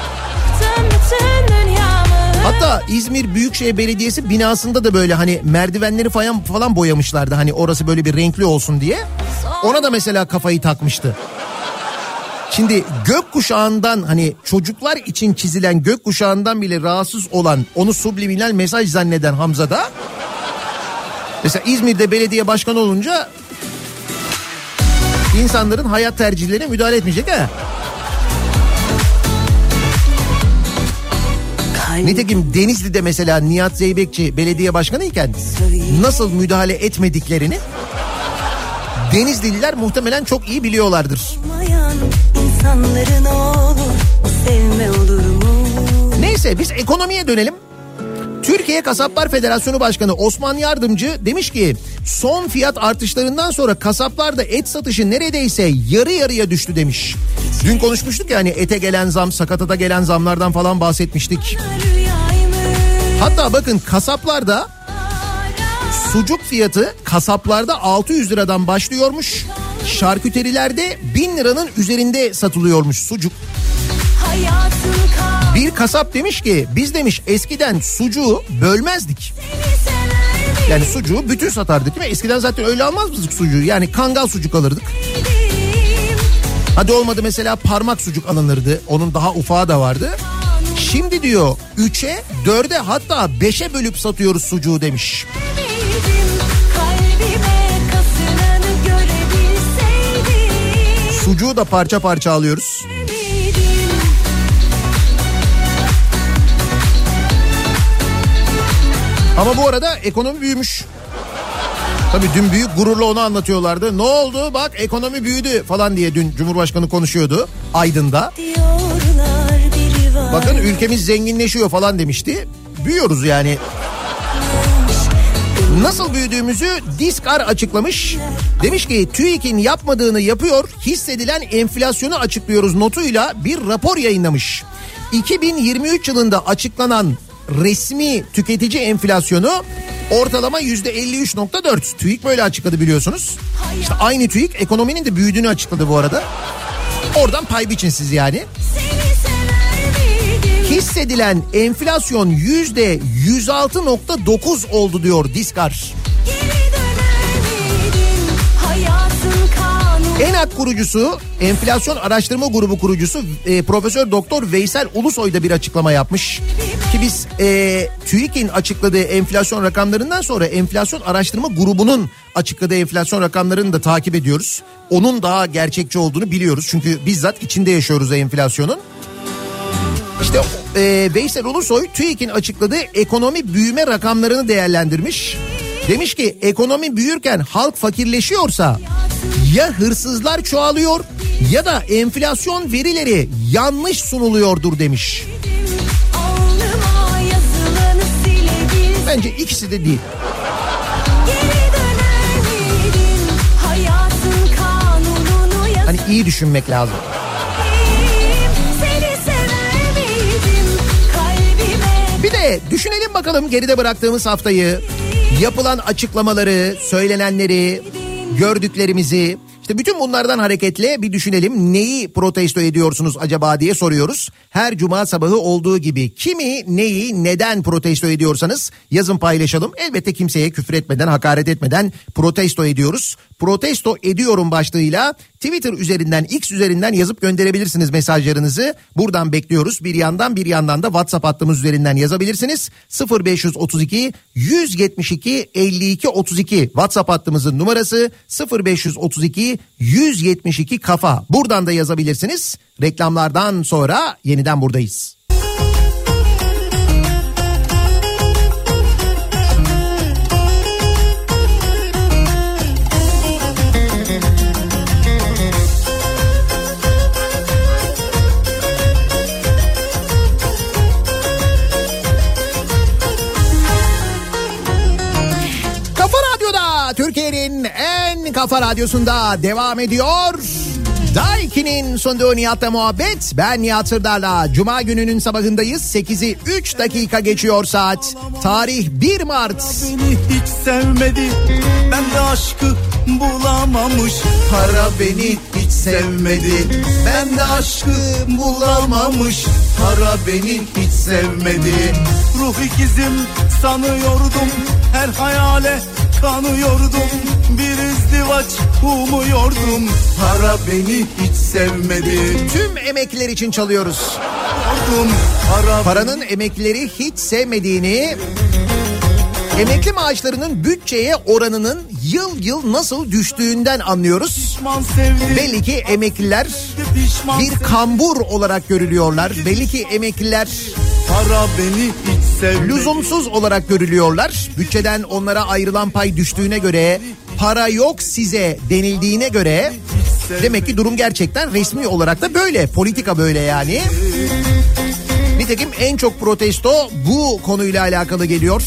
Speaker 2: Hatta İzmir Büyükşehir Belediyesi binasında da böyle hani merdivenleri falan boyamışlardı. Hani orası böyle bir renkli olsun diye. Ona da mesela kafayı takmıştı. Şimdi gökkuşağından, hani çocuklar için çizilen gökkuşağından bile rahatsız olan, onu subliminal mesaj zanneden Hamza da mesela İzmir'de belediye başkanı olunca insanların hayat tercihlerine müdahale etmeyecek ha. Nitekim Denizli'de mesela Nihat Zeybekçi belediye başkanı iken nasıl müdahale etmediklerini Denizliler muhtemelen çok iyi biliyorlardır. Neyse biz ekonomiye dönelim. Türkiye Kasaplar Federasyonu Başkanı Osman Yardımcı demiş ki son fiyat artışlarından sonra kasaplarda et satışı neredeyse yarı yarıya düştü demiş. Dün konuşmuştuk ya hani ete gelen zam, sakatata gelen zamlardan falan bahsetmiştik. Hatta bakın kasaplarda Sucuk fiyatı kasaplarda 600 liradan başlıyormuş. Şarküterilerde 1000 liranın üzerinde satılıyormuş sucuk. Bir kasap demiş ki biz demiş eskiden sucuğu bölmezdik. Yani sucuğu bütün satardık değil mi? Eskiden zaten öyle almaz mıydık sucuğu? Yani kangal sucuk alırdık. Hadi olmadı mesela parmak sucuk alınırdı. Onun daha ufağı da vardı. Şimdi diyor 3'e 4'e hatta 5'e bölüp satıyoruz sucuğu demiş. Sucuğu da parça parça alıyoruz. Ama bu arada ekonomi büyümüş. Tabii dün büyük gururla onu anlatıyorlardı. Ne oldu bak ekonomi büyüdü falan diye dün Cumhurbaşkanı konuşuyordu Aydın'da. Bakın ülkemiz zenginleşiyor falan demişti. Büyüyoruz yani. Nasıl büyüdüğümüzü Diskar açıklamış. Demiş ki TÜİK'in yapmadığını yapıyor, hissedilen enflasyonu açıklıyoruz notuyla bir rapor yayınlamış. 2023 yılında açıklanan resmi tüketici enflasyonu ortalama %53.4. TÜİK böyle açıkladı biliyorsunuz. İşte aynı TÜİK ekonominin de büyüdüğünü açıkladı bu arada. Oradan pay biçin siz yani. Hissedilen enflasyon %106.9 oldu diyor Diskar. ENAK kurucusu, enflasyon araştırma grubu kurucusu Profesör Doktor Veysel Ulusoy da bir açıklama yapmış. Ki biz TÜİK'in açıkladığı enflasyon rakamlarından sonra enflasyon araştırma grubunun açıkladığı enflasyon rakamlarını da takip ediyoruz. Onun daha gerçekçi olduğunu biliyoruz. Çünkü bizzat içinde yaşıyoruz enflasyonun. İşte Veysel Ulusoy TÜİK'in açıkladığı ekonomi büyüme rakamlarını değerlendirmiş. Demiş ki ekonomi büyürken halk fakirleşiyorsa ya hırsızlar çoğalıyor ya da enflasyon verileri yanlış sunuluyordur demiş. Bence ikisi de değil. Hani iyi düşünmek lazım. Bir de düşünelim bakalım geride bıraktığımız haftayı, yapılan açıklamaları, söylenenleri, gördüklerimizi. İşte bütün bunlardan hareketle bir düşünelim, neyi protesto ediyorsunuz acaba diye soruyoruz. Her cuma sabahı olduğu gibi kimi, neyi, neden protesto ediyorsanız yazın paylaşalım. Elbette kimseye küfür etmeden, hakaret etmeden protesto ediyoruz. Protesto ediyorum başlığıyla Twitter üzerinden, X üzerinden yazıp gönderebilirsiniz mesajlarınızı. Buradan bekliyoruz. Bir yandan da WhatsApp hattımız üzerinden yazabilirsiniz. 0532 172 52 32 WhatsApp hattımızın numarası 0532 172 kafa. Buradan da yazabilirsiniz. Reklamlardan sonra yeniden buradayız. Türkiye'nin en kafa radyosunda devam ediyor. Daiki'nin sunduğu Nihat'la muhabbet. Ben Nihat Sırdar'la. Cuma gününün sabahındayız. 8'i 3 dakika geçiyor saat. Tarih 1 Mart.
Speaker 5: Beni hiç sevmedi. Ben de aşkı bulamamış. Para beni hiç sevmedi. Ben de aşkı bulamamış. Para beni hiç sevmedi. Ruh ikizim sanıyordum. Her hayale kanıyordum, bir izdivaç umuyordum. Para beni hiç sevmedi.
Speaker 2: Tüm emekliler için çalıyoruz. Paranın emeklileri hiç sevmediğini, emekli maaşlarının bütçeye oranının yıl yıl nasıl düştüğünden anlıyoruz. Belli ki emekliler bir kambur olarak görülüyorlar. Belli ki emekliler
Speaker 5: para beni hiç sevmedi.
Speaker 2: Lüzumsuz olarak görülüyorlar. Bütçeden onlara ayrılan pay düştüğüne göre, para yok size denildiğine göre demek ki durum gerçekten resmi olarak da böyle. Politika böyle yani. Nitekim en çok protesto bu konuyla alakalı geliyor.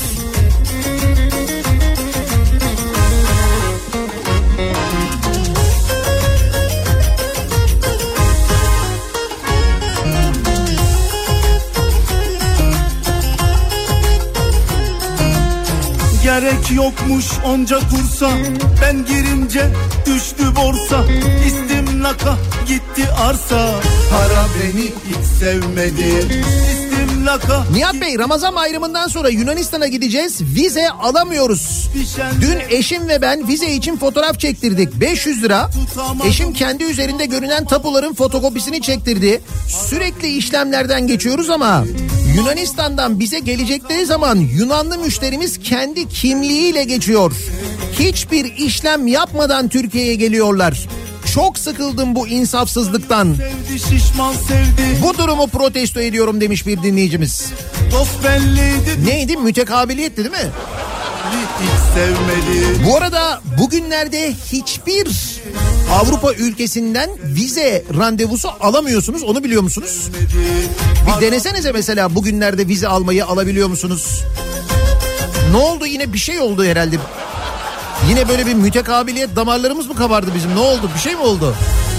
Speaker 7: Gerek yokmuş onca kursa, ben girince düştü borsa. İstimlaka gitti arsa, para beni hiç sevmedi. İstimlaka.
Speaker 2: Nihat Bey, Ramazan bayramından sonra Yunanistan'a gideceğiz. Vize alamıyoruz. Dün eşim ve ben vize için fotoğraf çektirdik. 500 lira. Eşim kendi üzerinde görünen tapuların fotokopisini çektirdi. Sürekli işlemlerden geçiyoruz ama Yunanistan'dan bize gelecekleri zaman Yunanlı müşterimiz kendi kimliğiyle geçiyor. Hiçbir işlem yapmadan Türkiye'ye geliyorlar. Çok sıkıldım bu insafsızlıktan.
Speaker 7: Sevdi, şişman sevdi.
Speaker 2: Bu durumu protesto ediyorum demiş bir dinleyicimiz.
Speaker 7: Dost belliydi.
Speaker 2: Neydi? Mütekabiliyetti değil mi?
Speaker 7: Hiç sevmedi.
Speaker 2: Bu arada bugünlerde hiçbir Avrupa ülkesinden vize randevusu alamıyorsunuz. Onu biliyor musunuz? Bir denesenize mesela bugünlerde vize almayı alabiliyor musunuz? Ne oldu, yine bir şey oldu herhalde. Yine böyle bir mütekabiliyet, damarlarımız mı kabardı bizim? Ne oldu? Bir şey mi oldu?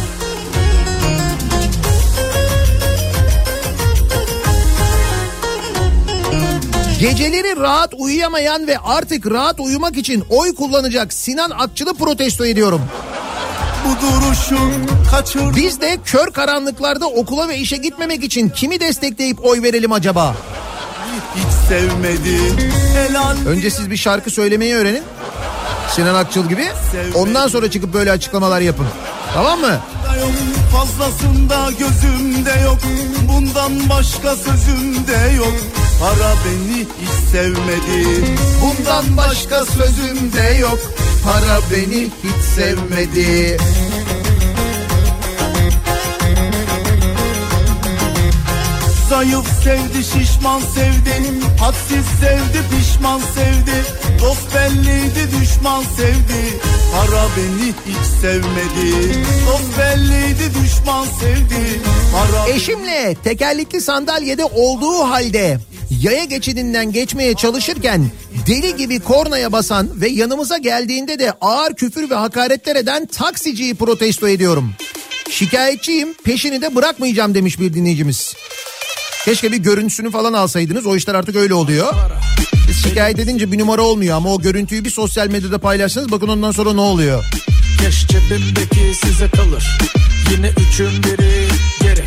Speaker 2: Geceleri rahat uyuyamayan ve artık rahat uyumak için oy kullanacak Sinan Akçıl'ı protesto ediyorum.
Speaker 7: Bu duruşun kaçırdı.
Speaker 2: Biz de kör karanlıklarda okula ve işe gitmemek için kimi destekleyip oy verelim acaba?
Speaker 7: Hiç sevmedi. Helal.
Speaker 2: Önce siz bir şarkı söylemeyi öğrenin. Sinan Akçıl gibi. Ondan sonra çıkıp böyle açıklamalar yapın. Tamam mı?
Speaker 7: Fazlasında gözümde yok. Bundan başka sözümde yok. Para beni hiç sevmedi.
Speaker 2: Bundan başka sözümde yok. Para beni hiç sevmedi.
Speaker 7: Zayıf sevdi, şişman sevdi. Hadsiz sevdi, pişman sevdi. Dost belliydi, düşman sevdi. Para beni hiç sevmedi. Dost belliydi, düşman sevdi. Para...
Speaker 2: Eşimle tekerlekli sandalyede olduğu halde yaya geçidinden geçmeye çalışırken deli gibi kornaya basan ve yanımıza geldiğinde de ağır küfür ve hakaretler eden taksiciyi protesto ediyorum. Şikayetçiyim, peşini de bırakmayacağım demiş bir dinleyicimiz. Keşke bir görüntüsünü falan alsaydınız. O işler artık öyle oluyor. Biz şikayet edince bir numara olmuyor ama o görüntüyü bir sosyal medyada paylaşsanız bakın ondan sonra ne oluyor.
Speaker 6: Keş cebimdeki size kalır. Yine üçün biri gerek.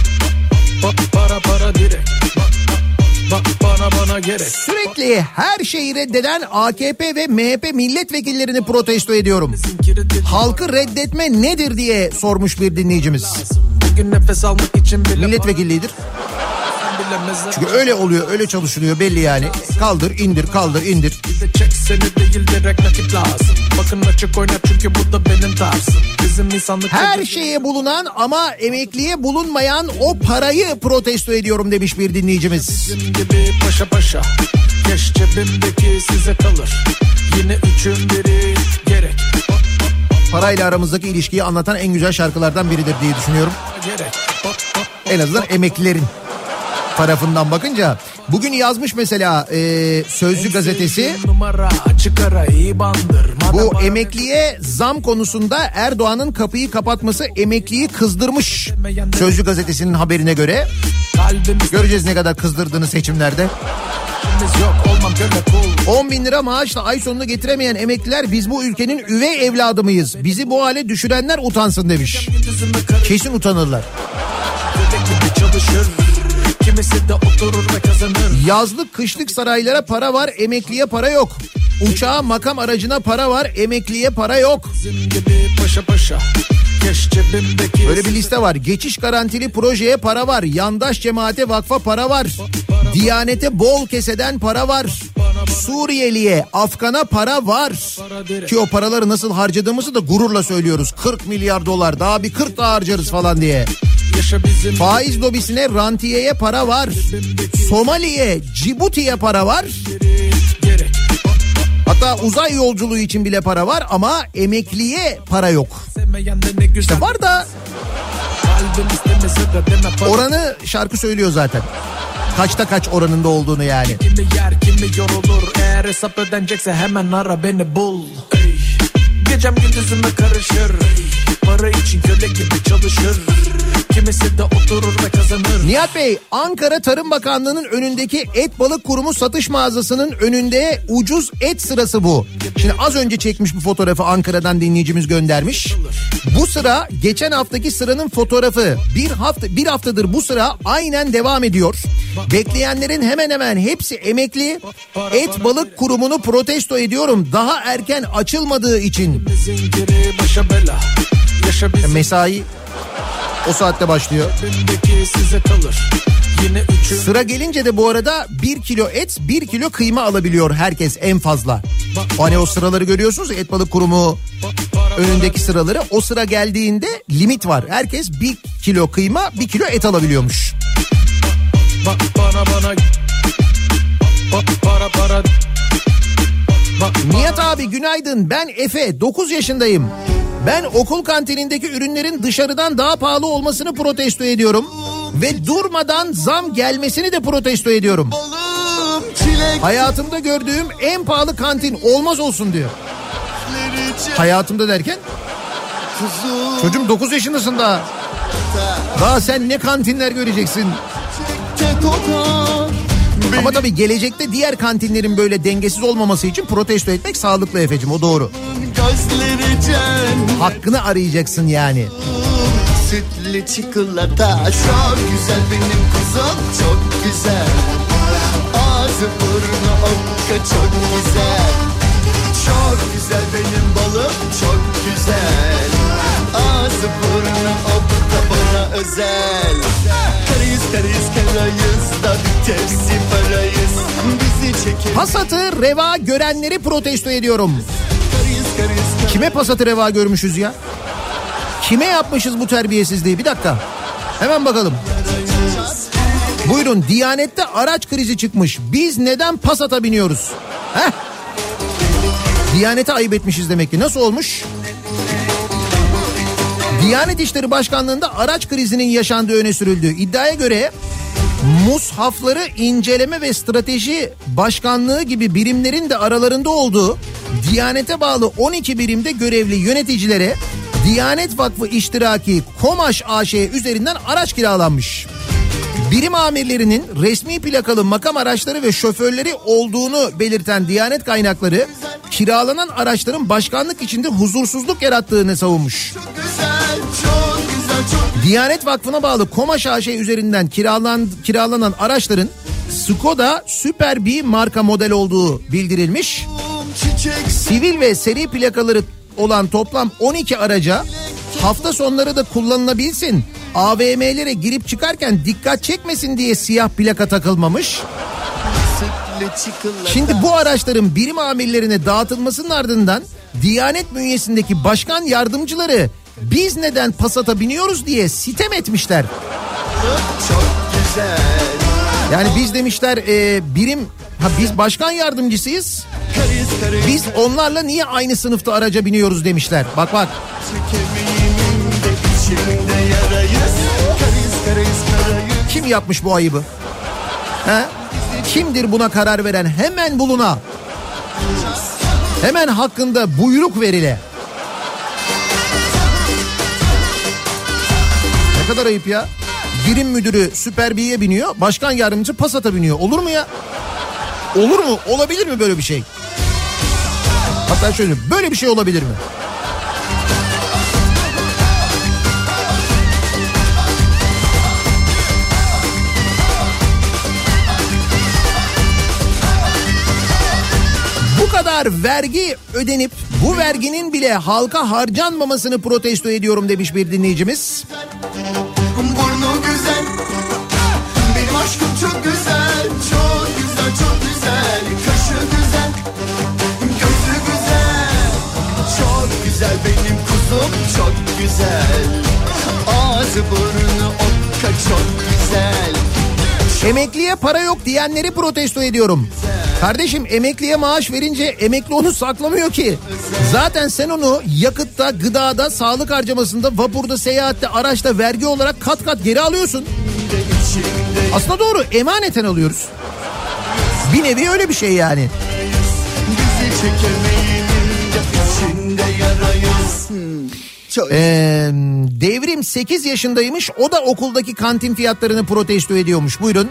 Speaker 6: Para direkt. Bana gerek.
Speaker 2: Sürekli her şeyi reddeden AKP ve MHP milletvekillerini protesto ediyorum. Halkı reddetme nedir diye sormuş bir dinleyicimiz.
Speaker 6: Bugün nefes almak için bile
Speaker 2: Milletvekillidir. Çünkü öyle oluyor, öyle çalışılıyor belli yani. Kaldır, indir, kaldır, indir.
Speaker 6: Çek seni değil direkt nakit lazım. Bakın açık oynar çünkü bu da benim tarzım. Bizim insanlık...
Speaker 2: Her şeye bulunan ama emekliye bulunmayan o parayı protesto ediyorum demiş bir dinleyicimiz.
Speaker 6: Bizim gibi paşa. Keş cebimdeki size kalır. Yine üçün biri gerek.
Speaker 2: Parayla aramızdaki ilişkiyi anlatan en güzel şarkılardan biridir diye düşünüyorum. En azından emeklilerin tarafından bakınca. Bugün yazmış mesela Sözcü gazetesi. Bu emekliye zam konusunda Erdoğan'ın kapıyı kapatması emekliyi kızdırmış. Sözcü gazetesinin haberine göre. Göreceğiz ne kadar kızdırdığını seçimlerde. 10 bin lira maaşla ay sonunu getiremeyen emekliler biz bu ülkenin üvey evladı mıyız? Bizi bu hale düşürenler utansın demiş. Kesin utanırlar. Yazlık kışlık saraylara para var, emekliye para yok. Uçağa makam aracına para var, emekliye para yok. Böyle bir liste var. Geçiş garantili projeye para var. Yandaş cemaate vakfa para var. Diyanete bol keseden para var. Suriyeliye, Afgan'a para var. Ki o paraları nasıl harcadığımızı da gururla söylüyoruz. 40 milyar dolar, daha bir 40 daha harcarız falan diye. Faiz lobisine, rantiyeye para var. Somali'ye, Cibuti'ye para var. Hatta uzay yolculuğu için bile para var ama emekliye para yok. İşte var da oranı şarkı söylüyor zaten. Kaçta kaç oranında olduğunu yani.
Speaker 6: Kimi yer kimi yorulur, eğer hesap ödenecekse hemen ara beni bul. Gecem gündüzüme karışır, para için köle gibi çalışır. kimisi de oturur ve kazanır.
Speaker 2: Nihat Bey, Ankara Tarım Bakanlığı'nın önündeki et balık kurumu satış mağazasının önünde ucuz et sırası bu. Şimdi az önce çekmiş bu fotoğrafı, Ankara'dan dinleyicimiz göndermiş. Bu sıra geçen haftaki sıranın fotoğrafı. Bir haftadır bu sıra aynen devam ediyor. Bekleyenlerin hemen hemen hepsi emekli. Et balık kurumunu protesto ediyorum. Daha erken açılmadığı için. Mesai o saatte başlıyor. Sıra gelince de bu arada 1 kilo et, 1 kilo kıyma alabiliyor herkes en fazla. Hani o sıraları görüyorsunuz ya, et balık kurumu önündeki sıraları. O sıra geldiğinde limit var. Herkes 1 kilo kıyma, 1 kilo et alabiliyormuş. Nihat abi günaydın, ben Efe, 9 yaşındayım. Ben okul kantinindeki ürünlerin dışarıdan daha pahalı olmasını protesto ediyorum. Ve durmadan zam gelmesini de protesto ediyorum. Hayatımda gördüğüm en pahalı kantin olmaz olsun diyor. Hayatımda derken? Çocuğum 9 yaşındasın daha. Daha sen ne kantinler göreceksin? Ama tabii gelecekte diğer kantinlerin böyle dengesiz olmaması için protesto etmek sağlıklı Efe'cim, o doğru. Hakkını arayacaksın yani.
Speaker 8: Sütlü çikolata çok güzel benim kuzum, çok güzel. Ağzı burnu okka çok güzel. Çok güzel benim balım, çok güzel. Ağzı burnu okka bana özel. Karıyız karayız da bir tepsi parayız. Bizi çekin.
Speaker 2: Pasat'ı reva görenleri protesto ediyorum. Kime pasatı reva görmüşüz ya? Kime yapmışız bu terbiyesizliği? Bir dakika. Hemen bakalım. Buyurun, Diyanet'te araç krizi çıkmış. Biz neden Passat'a biniyoruz? Heh. Diyanet'e ayıp etmişiz demek ki. Nasıl olmuş? Diyanet İşleri Başkanlığı'nda araç krizinin yaşandığı öne sürüldü. İddiaya göre Mushafları İnceleme ve Strateji Başkanlığı gibi birimlerin de aralarında olduğu Diyanet'e bağlı 12 birimde görevli yöneticilere Diyanet Vakfı iştiraki Komaş AŞ üzerinden araç kiralanmış. Birim amirlerinin resmi plakalı makam araçları ve şoförleri olduğunu belirten Diyanet kaynakları kiralanan araçların başkanlık içinde huzursuzluk yarattığını savunmuş. Diyanet Vakfı'na bağlı Komaş AŞ üzerinden kiralanan araçların Skoda Super B marka model olduğu bildirilmiş. Sivil ve seri plakaları olan toplam 12 araca hafta sonları da kullanılabilsin, AVM'lere girip çıkarken dikkat çekmesin diye siyah plaka takılmamış. Şimdi bu araçların birim amirlerine dağıtılmasının ardından Diyanet bünyesindeki başkan yardımcıları biz neden Passat'a biniyoruz diye sitem etmişler. Çok güzel. Yani biz demişler biz başkan yardımcısıyız. Biz onlarla niye aynı sınıfta araca biniyoruz demişler. Bak bak. Kim yapmış bu ayıbı? He? Kimdir buna karar veren? Hemen buluna. Hemen hakkında buyruk verile. Ne kadar ayıp ya. Birim müdürü Super B'ye biniyor, başkan yardımcısı Passat'a biniyor. Olur mu ya? Olur mu? Olabilir mi böyle bir şey? Hatta şöyle, böyle bir şey olabilir mi? Bu kadar vergi ödenip bu verginin bile halka harcanmamasını protesto ediyorum demiş bir dinleyicimiz.
Speaker 8: Burnu güzel, benim aşkım çok güzel, çok güzel, çok güzel. Kaşı güzel, gözü güzel, çok güzel benim kuzum, çok güzel. Ağzı burnu okka çok güzel.
Speaker 2: Emekliye para yok diyenleri protesto ediyorum. Kardeşim, emekliye maaş verince emekli onu saklamıyor ki. Zaten sen onu yakıtta, gıdada, sağlık harcamasında, vapurda, seyahatte, araçta vergi olarak kat kat geri alıyorsun. Aslında doğru, emaneten alıyoruz. Bir nevi öyle bir şey yani.
Speaker 8: Bizi çekemeyin, içinde yarayız.
Speaker 2: Devrim 8 yaşındaymış. O da okuldaki kantin fiyatlarını protesto ediyormuş. Buyurun.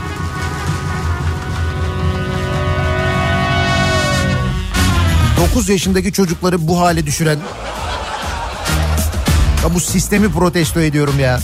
Speaker 2: ...9 yaşındaki çocukları bu hale düşüren... ...ya bu sistemi protesto ediyorum ya.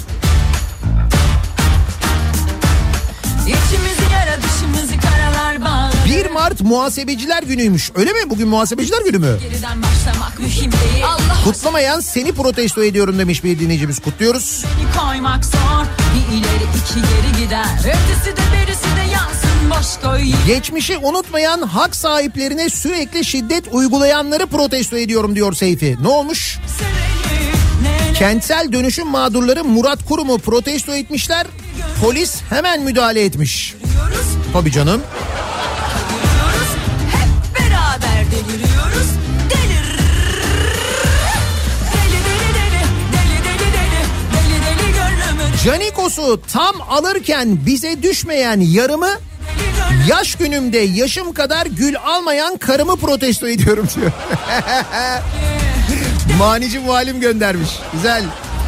Speaker 2: 1 Mart Muhasebeciler Günü'ymüş. Öyle mi? Bugün Muhasebeciler Günü mü? Kutlamayan seni protesto ediyorum demiş bir dinleyicimiz. Kutluyoruz.
Speaker 9: Koymak zor, bir ileri iki geri gider. Ötesi de berisi de yansın, boş koy.
Speaker 2: Geçmişi unutmayan, hak sahiplerine sürekli şiddet uygulayanları protesto ediyorum diyor Seyfi. Ne olmuş? Kentsel dönüşüm mağdurları Murat Kurum'u protesto etmişler. Polis hemen müdahale etmiş. Tabii canım.
Speaker 9: Hep beraber deliriyoruz. Delir. Deli deli deli, deli deli deli, deli deli gönlümü.
Speaker 2: Canikos'u tam alırken bize düşmeyen yarımı, yaş günümde yaşım kadar gül almayan karımı protesto ediyorum diyor. Manici muhalim göndermiş. Güzel.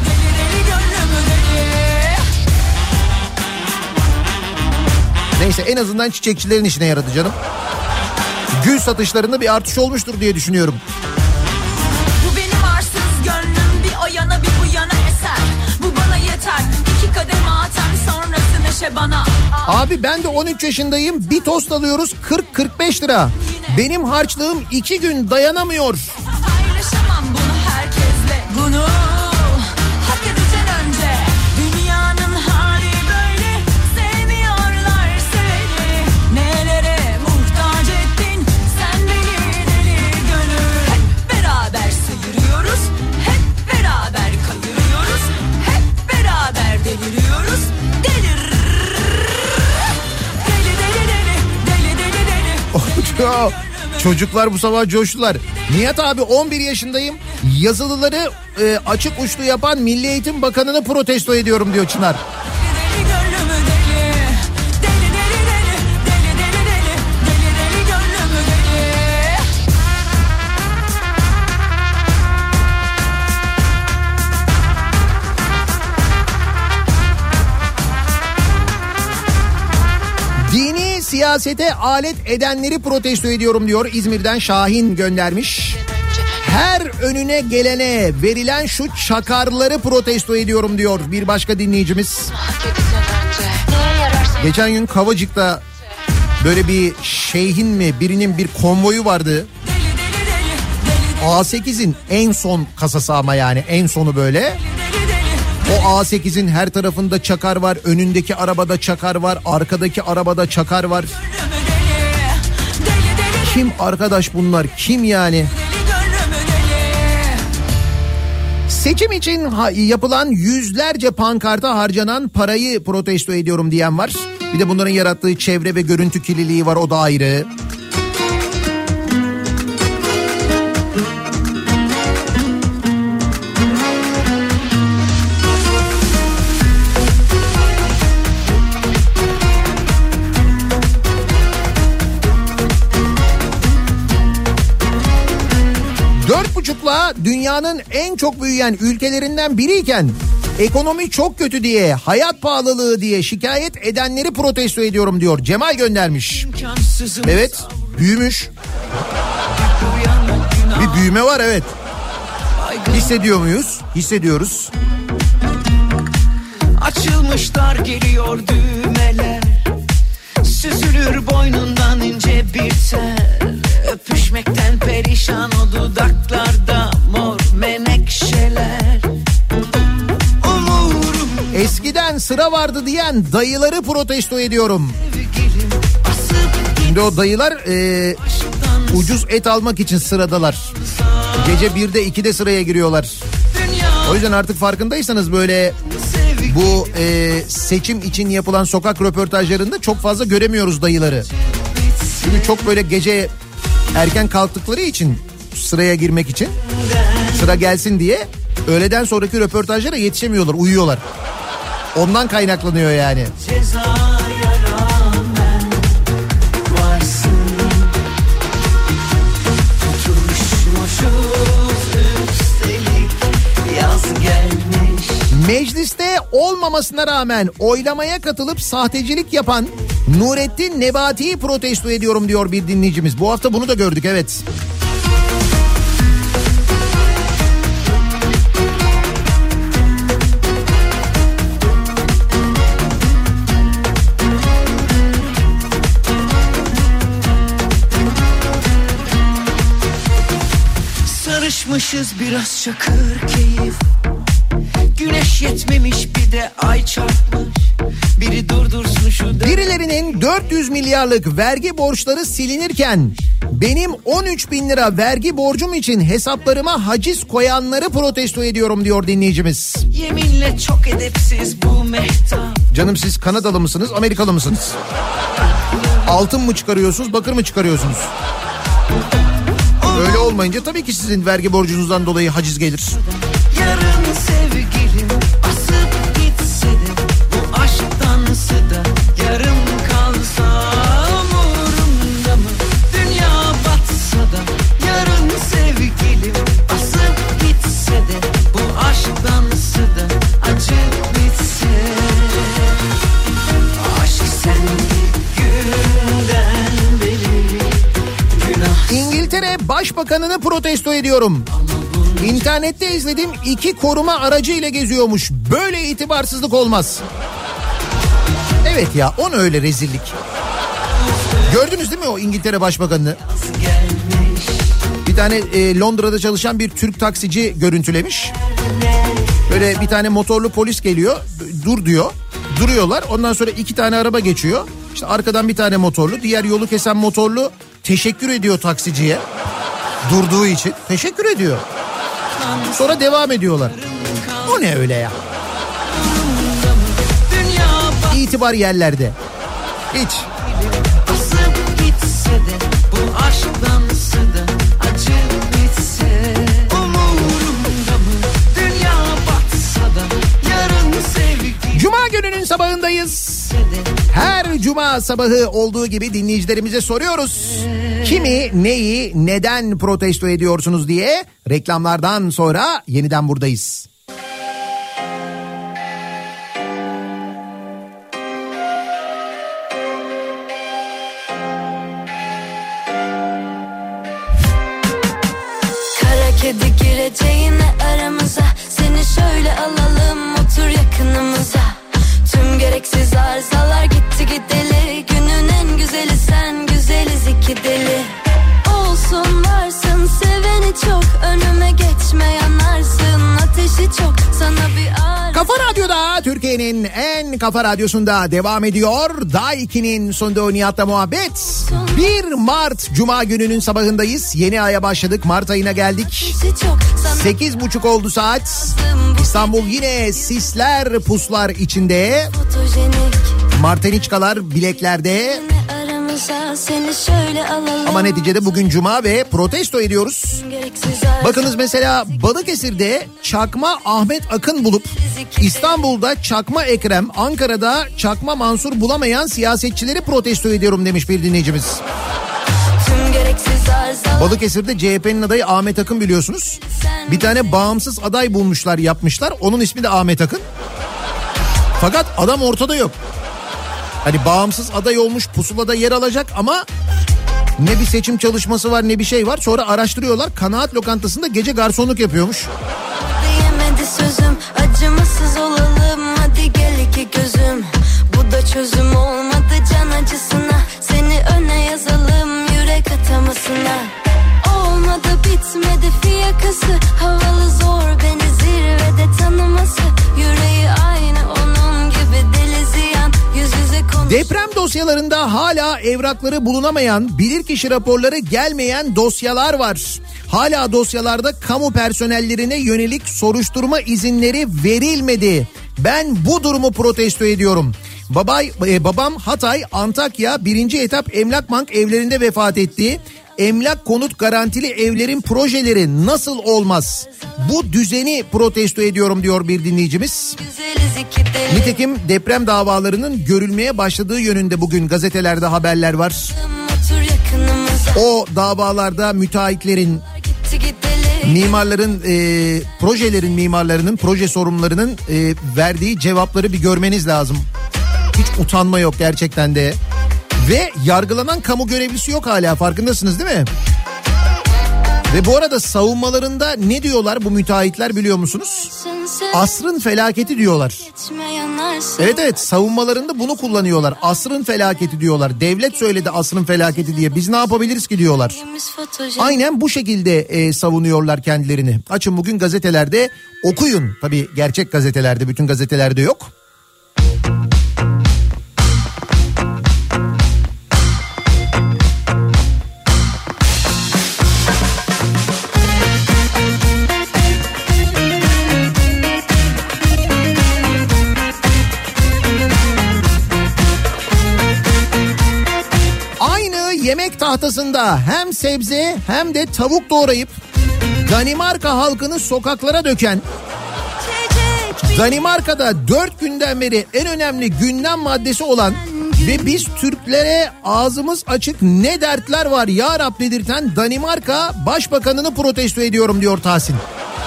Speaker 2: Neyse, en azından çiçekçilerin işine yaradı canım. Gül satışlarında bir artış olmuştur diye düşünüyorum.
Speaker 9: Bu benim arsız gönlüm, bir o yana bir bu yana eser. Bu bana yeter. 2 kadeh matem, sonrası neşe bana.
Speaker 2: Abi ben de 13 yaşındayım. Bir tost alıyoruz 40-45 lira. Benim harçlığım 2 gün dayanamıyor.
Speaker 9: Paylaşamam bunu herkesle. Bunu hak edeceksin önce. Dünyanın hali böyle. Sevmiyorlar seni. Nelere muhtaç ettin sen beni deli gönül. Hep beraber sıyırıyoruz. Hep beraber kayırıyoruz. Hep beraber deliriyoruz. Delir. Deli deli deli. Deli deli deli.
Speaker 2: Çocuklar bu sabah coştular. Nihat abi 11 yaşındayım. Yazılıları açık uçlu yapan Milli Eğitim Bakanı'nı protesto ediyorum diyor Çınar. Dini siyasete alet edenleri protesto ediyorum diyor. İzmir'den Şahin göndermiş. Her önüne gelene verilen şu çakarları protesto ediyorum diyor bir başka dinleyicimiz. Geçen gün Kavacık'ta böyle bir şeyhin mi birinin bir konvoyu vardı. A8'in en son kasası ama yani en sonu böyle. O A8'in her tarafında çakar var, önündeki arabada çakar var, arkadaki arabada çakar var. Kim arkadaş bunlar? Kim yani? Seçim için yapılan yüzlerce pankarta harcanan parayı protesto ediyorum diyen var. Bir de bunların yarattığı çevre ve görüntü kirliliği var, o da ayrı. Dünyanın en çok büyüyen ülkelerinden biriyken ekonomi çok kötü diye, hayat pahalılığı diye şikayet edenleri protesto ediyorum diyor. Cemal göndermiş. Evet, büyümüş. Bir büyüme var, evet. Hissediyor muyuz? Hissediyoruz.
Speaker 10: Açılmışlar geliyor düğmeler. Süzülür boynundan ince bir tel. Öpüşmekten perişan o dudaklarda mor menekşeler. Umurum.
Speaker 2: Eskiden sıra vardı diyen dayıları protesto ediyorum. Şimdi o dayılar ucuz et almak için sıradalar. Gece 1'de 2'de sıraya giriyorlar. O yüzden artık farkındaysanız böyle bu seçim için yapılan sokak röportajlarında çok fazla göremiyoruz dayıları. Çünkü çok böyle gece erken kalktıkları için sıraya girmek için, sıra gelsin diye öğleden sonraki röportajlara yetişemiyorlar, uyuyorlar. Ondan kaynaklanıyor yani. Mecliste olmamasına rağmen oylamaya katılıp sahtecilik yapan Nurettin Nebati'yi protesto ediyorum diyor bir dinleyicimiz. Bu hafta bunu da gördük, evet.
Speaker 10: Sarışmışız biraz çakır keyif. Güneş yetmemiş bir de ay çarpmış. Biri durdursun şu da.
Speaker 2: Birilerinin 400 milyarlık vergi borçları silinirken benim 13 bin lira vergi borcum için hesaplarıma haciz koyanları protesto ediyorum diyor dinleyicimiz.
Speaker 10: Yeminle çok edepsiz bu mehtap.
Speaker 2: Canım siz Kanadalı mısınız, Amerikalı mısınız? Altın mı çıkarıyorsunuz, bakır mı çıkarıyorsunuz? Öyle olmayınca tabii ki sizin vergi borcunuzdan dolayı haciz gelir.
Speaker 10: Yarın sevgilim asıp gitse de bu aşktansı da yarım kalsa umurumda mı? Dünya batsa da yarın sevgilim asıp gitse de bu aşktansı da acı bitse. Aşk sendi günden beri günah.
Speaker 2: İngiltere Başbakanını protesto ediyorum. İnternette izledim, 2 koruma aracı ile geziyormuş. Böyle itibarsızlık olmaz. Evet ya, o ne öyle rezillik. Gördünüz değil mi o İngiltere Başbakanını? Bir tane Londra'da çalışan bir Türk taksici görüntülemiş. Böyle bir tane motorlu polis geliyor, dur diyor. Duruyorlar, ondan sonra 2 tane araba geçiyor. İşte arkadan bir tane motorlu, diğer yolu kesen motorlu teşekkür ediyor taksiciye. Durduğu için teşekkür ediyor. Sonra devam ediyorlar. O ne öyle ya? İtibar yerlerde. Hiç.
Speaker 10: Asıp gitse de bu aşktansı da acı bitse. Umurumda mı? Dünya batsa da yarın sevgi.
Speaker 2: Cuma gününün sabahındayız. Her cuma sabahı olduğu gibi dinleyicilerimize soruyoruz. Kimi, neyi, neden protesto ediyorsunuz diye. Reklamlardan sonra yeniden buradayız.
Speaker 4: Kara kedi gireceğine aramıza, seni şöyle alalım otur yakınımıza. Tüm gereksiz arızalar gitti gideli, günün en güzeli sen, güzeliz iki deli. Olsun varsın seveni çok, önüme geçme yanarsın, ateşi çok sana bir ağrı.
Speaker 2: Kafa Radyo'da, Türkiye'nin en kafa radyosunda devam ediyor. Daiki'nin sunduğu Nihat'la muhabbet. 1 Mart Cuma gününün sabahındayız. Yeni aya başladık, Mart ayına geldik. 8.30 oldu saat. İstanbul yine sisler puslar içinde. Marteniçkalar bileklerde. Ama neticede bugün Cuma ve protesto ediyoruz. Bakınız mesela Balıkesir'de çakma Ahmet Akın bulup İstanbul'da çakma Ekrem, Ankara'da çakma Mansur bulamayan siyasetçileri protesto ediyorum demiş bir dinleyicimiz. Balıkesir'de CHP'nin adayı Ahmet Akın biliyorsunuz. Bir tane bağımsız aday bulmuşlar, yapmışlar. Onun ismi de Ahmet Akın. Fakat adam ortada yok. Hani bağımsız aday olmuş, pusulada yer alacak ama ne bir seçim çalışması var ne bir şey var. Sonra araştırıyorlar, kanaat lokantasında gece garsonluk yapıyormuş.
Speaker 4: Diyemedi sözüm, acımasız olalım hadi gel iki gözüm. Bu da çözüm olmadı can acısına, seni öne yazalım yürek atamasına. Olmadı bitmedi fiyakası, havalı zor beni zirvede tanıması. Yüreği aynı onun gibi deli ziyan, yüz yüze konuş.
Speaker 2: Deprem dosyalarında hala evrakları bulunamayan, bilirkişi raporları gelmeyen dosyalar var. Hala dosyalarda kamu personellerine yönelik soruşturma izinleri verilmedi. Ben bu durumu protesto ediyorum. Babam Hatay, Antakya 1. etap Emlak Bank evlerinde vefat etti. Emlak konut garantili evlerin projeleri nasıl olmaz? Bu düzeni protesto ediyorum diyor bir dinleyicimiz. Nitekim deprem davalarının görülmeye başladığı yönünde bugün gazetelerde haberler var. O davalarda müteahhitlerin mimarların, projelerin mimarlarının, proje sorumlularının verdiği cevapları bir görmeniz lazım. Hiç utanma yok gerçekten de. Ve yargılanan kamu görevlisi yok hala, farkındasınız değil mi? Ve bu arada savunmalarında ne diyorlar bu müteahhitler biliyor musunuz? Asrın felaketi diyorlar. Evet, savunmalarında bunu kullanıyorlar. Asrın felaketi diyorlar. Devlet söyledi asrın felaketi diye. Biz ne yapabiliriz ki diyorlar. Aynen bu şekilde savunuyorlar kendilerini. Açın bugün gazetelerde okuyun. Tabii gerçek gazetelerde, bütün gazetelerde yok. Yemek tahtasında hem sebze hem de tavuk doğrayıp Danimarka halkını sokaklara döken, Danimarka'da 4 günden beri en önemli gündem maddesi olan ve biz Türklere ağzımız açık ne dertler var ya Rab dedirten Danimarka Başbakanını protesto ediyorum diyor Tahsin.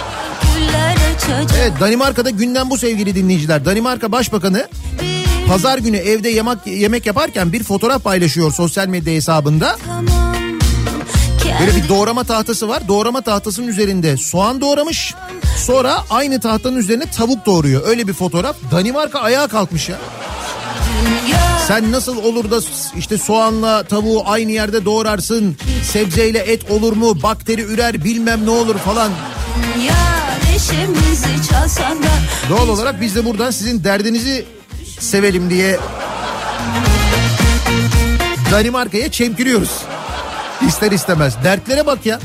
Speaker 2: Evet, Danimarka'da gündem bu sevgili dinleyiciler. Danimarka Başbakanı pazar günü evde yemek yaparken bir fotoğraf paylaşıyor sosyal medya hesabında. Böyle bir doğrama tahtası var. Doğrama tahtasının üzerinde soğan doğramış. Sonra aynı tahtanın üzerine tavuk doğruyor. Öyle bir fotoğraf. Danimarka ayağa kalkmış ya. Sen nasıl olur da işte soğanla tavuğu aynı yerde doğrarsın? Sebzeyle et olur mu? Bakteri ürer, bilmem ne olur falan. Doğal olarak biz de buradan sizin derdinizi sevelim diye Danimarka'ya çemkiriyoruz. İster istemez. Dertlere bak ya.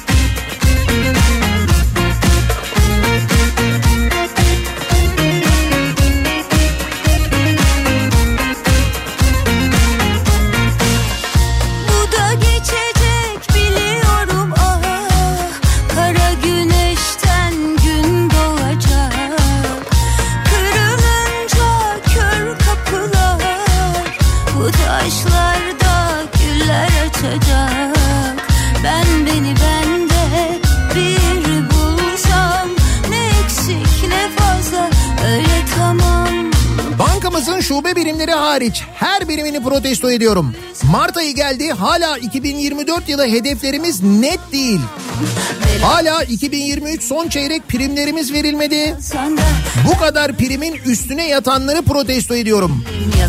Speaker 2: Bankamızın şube birimleri hariç her birimini protesto ediyorum. Mart ayı geldi, hala 2024 yılı hedeflerimiz net değil. Hala 2023 son çeyrek primlerimiz verilmedi. Bu kadar primin üstüne yatanları protesto ediyorum.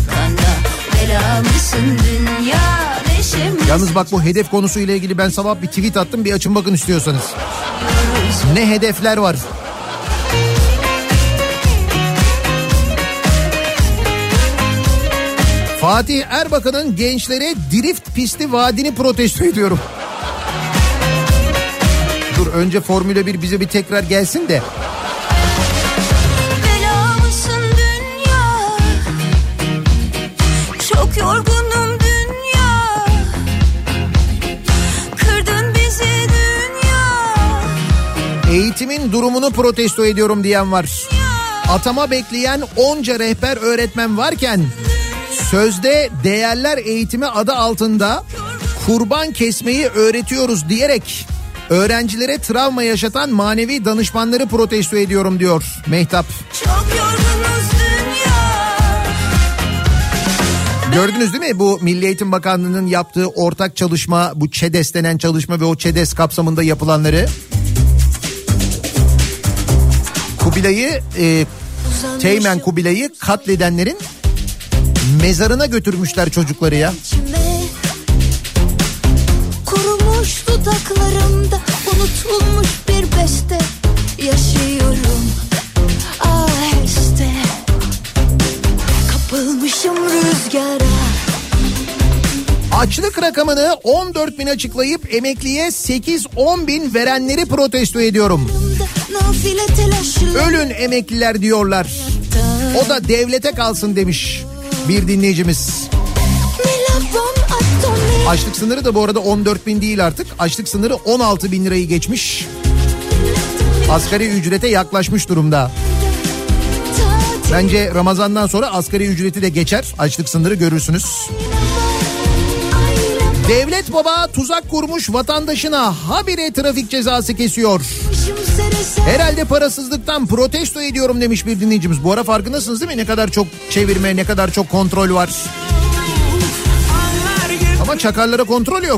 Speaker 2: Yalnız bak, bu hedef konusuyla ilgili ben sabah bir tweet attım, bir açın bakın istiyorsanız. Ne hedefler var. Fatih Erbakan'ın gençlere drift pisti vaadini protesto ediyorum. Dur, önce Formula 1 bize bir tekrar gelsin de.
Speaker 4: Belamısın dünya, çok yorgunum dünya, kırdın bizi dünya.
Speaker 2: Eğitimin durumunu protesto ediyorum diyen var. Atama bekleyen onca rehber öğretmen varken sözde değerler eğitimi adı altında kurban kesmeyi öğretiyoruz diyerek öğrencilere travma yaşatan manevi danışmanları protesto ediyorum diyor Mehtap.
Speaker 4: Çok yorgunuz dünya.
Speaker 2: Gördünüz değil mi bu Milli Eğitim Bakanlığı'nın yaptığı ortak çalışma, bu ÇEDES denen çalışma ve o ÇEDES kapsamında yapılanları? Kubilay'ı, Teğmen Kubilay'ı katledenlerin mezarına götürmüşler çocukları ya.
Speaker 4: Kurumuş dudaklarımda unutulmuş bir beste, yaşıyorum aheste, kapılmışım rüzgara.
Speaker 2: Açlık rakamını 14 bin açıklayıp emekliye 8-10 bin verenleri protesto ediyorum. Ölün emekliler diyorlar. O da devlete kalsın demiş bir dinleyicimiz. Açlık sınırı da bu arada 14 bin değil artık. Açlık sınırı 16 bin lirayı geçmiş. Asgari ücrete yaklaşmış durumda. Bence Ramazan'dan sonra asgari ücreti de geçer. Açlık sınırı görürsünüz. Devlet baba tuzak kurmuş vatandaşına habire trafik cezası kesiyor. Herhalde parasızlıktan protesto ediyorum demiş bir dinleyicimiz. Bu ara farkındasınız değil mi? Ne kadar çok çevirme, ne kadar çok kontrol var. Ama çakarlara kontrol yok.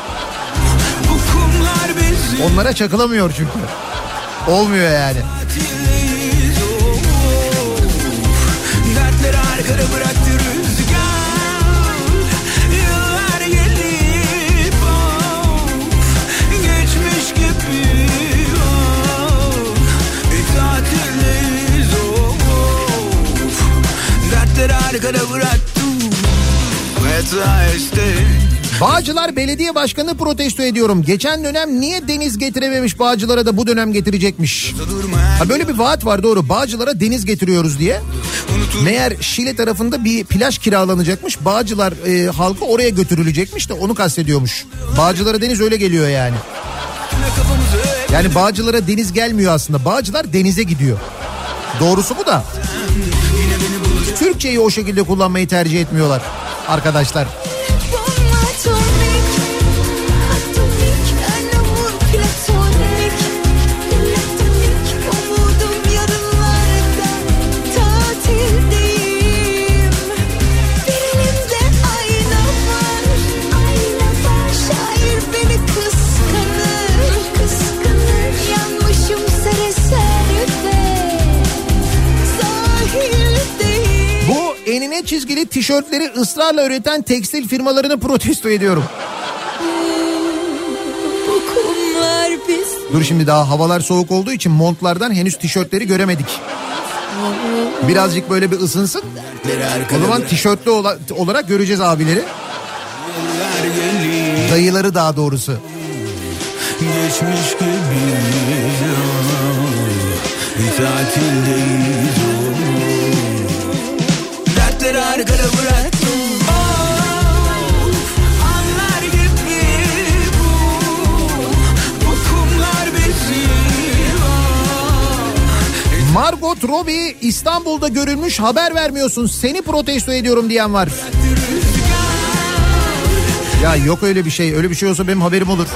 Speaker 2: Onlara çakılamıyor çünkü. Olmuyor yani.
Speaker 10: Dertleri arkada bıraktı rüzgar. Yıllar gelip geçmiş gibi. Bir tatildeyiz. Dertleri arkada bıraktı.
Speaker 2: Bağcılar Belediye Başkanı protesto ediyorum. Geçen dönem niye deniz getirememiş Bağcılar'a da bu dönem getirecekmiş. Ha, böyle bir vaat var, doğru. Bağcılar'a deniz getiriyoruz diye. Meğer Şile tarafında bir plaj kiralanacakmış. Bağcılar halkı oraya götürülecekmiş de onu kastediyormuş. Bağcılar'a deniz öyle geliyor yani. Yani Bağcılar'a deniz gelmiyor aslında. Bağcılar denize gidiyor. Doğrusu bu da. Türkçeyi o şekilde kullanmayı tercih etmiyorlar arkadaşlar. Enine çizgili tişörtleri ısrarla üreten tekstil firmalarını protesto ediyorum. Dur, şimdi daha havalar soğuk olduğu için montlardan henüz tişörtleri göremedik. Birazcık böyle bir ısınsın. O zaman tişörtlü olarak göreceğiz abileri. Dayıları daha doğrusu.
Speaker 10: Geçmiş gibi bir tatildeyiz. Dertleri arkada bıraktım. Anlar gibi bu kumlar bizi.
Speaker 2: Margot Robbie İstanbul'da görülmüş, haber vermiyorsun, seni protesto ediyorum diyen var. Ya yok öyle bir şey. Öyle bir şey olsa benim haberim olur.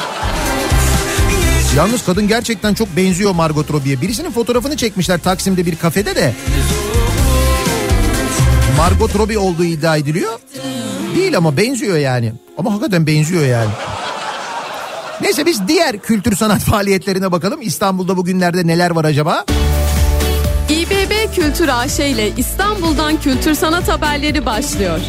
Speaker 2: Yalnız kadın gerçekten çok benziyor Margot Robbie'ye. Birisinin fotoğrafını çekmişler Taksim'de bir kafede de. Margot Robbie olduğu iddia ediliyor. Değil ama benziyor yani. Ama hakikaten benziyor yani. Neyse, biz diğer kültür sanat faaliyetlerine bakalım. İstanbul'da bugünlerde neler var acaba?
Speaker 11: İBB Kültür AŞ ile İstanbul'dan kültür sanat haberleri başlıyor.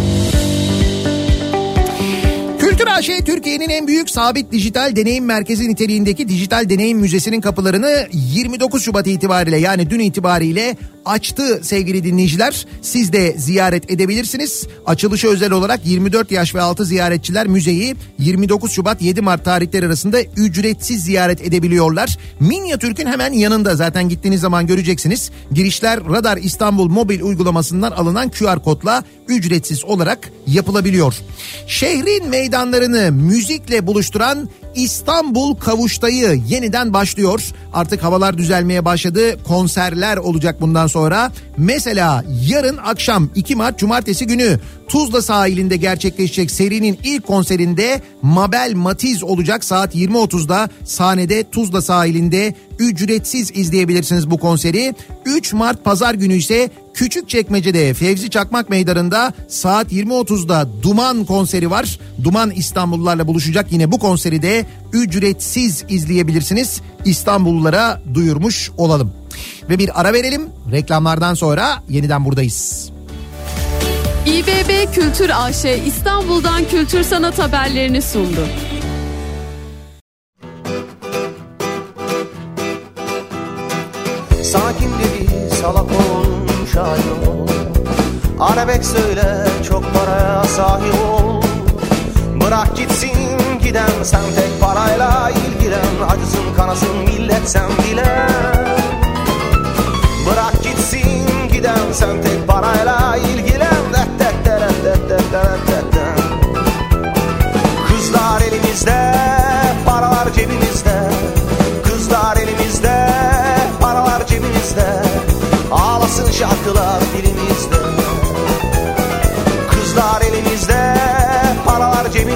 Speaker 2: Kültür AŞ, Türkiye'nin en büyük sabit dijital deneyim merkezi niteliğindeki dijital deneyim müzesinin kapılarını 29 Şubat itibariyle, yani dün itibariyle açtı sevgili dinleyiciler. Siz de ziyaret edebilirsiniz. Açılışı özel olarak 24 yaş ve altı ziyaretçiler müzeyi 29 Şubat 7 Mart tarihleri arasında ücretsiz ziyaret edebiliyorlar. Minyatürk'ün hemen yanında, zaten gittiğiniz zaman göreceksiniz. Girişler Radar İstanbul mobil uygulamasından alınan QR kodla ücretsiz olarak yapılabiliyor. Şehrin meydanlarını müzikle buluşturan İstanbul Kavuştayı yeniden başlıyor. Artık havalar düzelmeye başladı. Konserler olacak bundan sonra. Mesela yarın akşam 2 Mart Cumartesi günü Tuzla sahilinde gerçekleşecek serinin ilk konserinde Mabel Matiz olacak. Saat 20.30'da sahnede Tuzla sahilinde ücretsiz izleyebilirsiniz bu konseri. 3 Mart Pazar günü ise Küçükçekmece'de Fevzi Çakmak Meydanı'nda saat 20.30'da Duman konseri var. Duman İstanbullularla buluşacak. Yine bu konseri de ücretsiz izleyebilirsiniz. İstanbullulara duyurmuş olalım. Ve bir ara verelim. Reklamlardan sonra yeniden buradayız.
Speaker 11: İBB Kültür AŞ İstanbul'dan kültür sanat haberlerini sundu.
Speaker 12: Sakin dedi, salak olmuş ayol. Arabek söyle, çok paraya sahip ol. Bırak gitsin giden, sen tek parayla ilgilen. Acısın kanasın millet sen bile. Bırak gitsin giden, sen tek parayla ilgilen. Kızlar elimizde, paralar cebimizde. Kızlar elimizde, paralar cebimizde. Ağlasın şarkılar dilimizde. Kızlar elimizde, paralar cebimizde.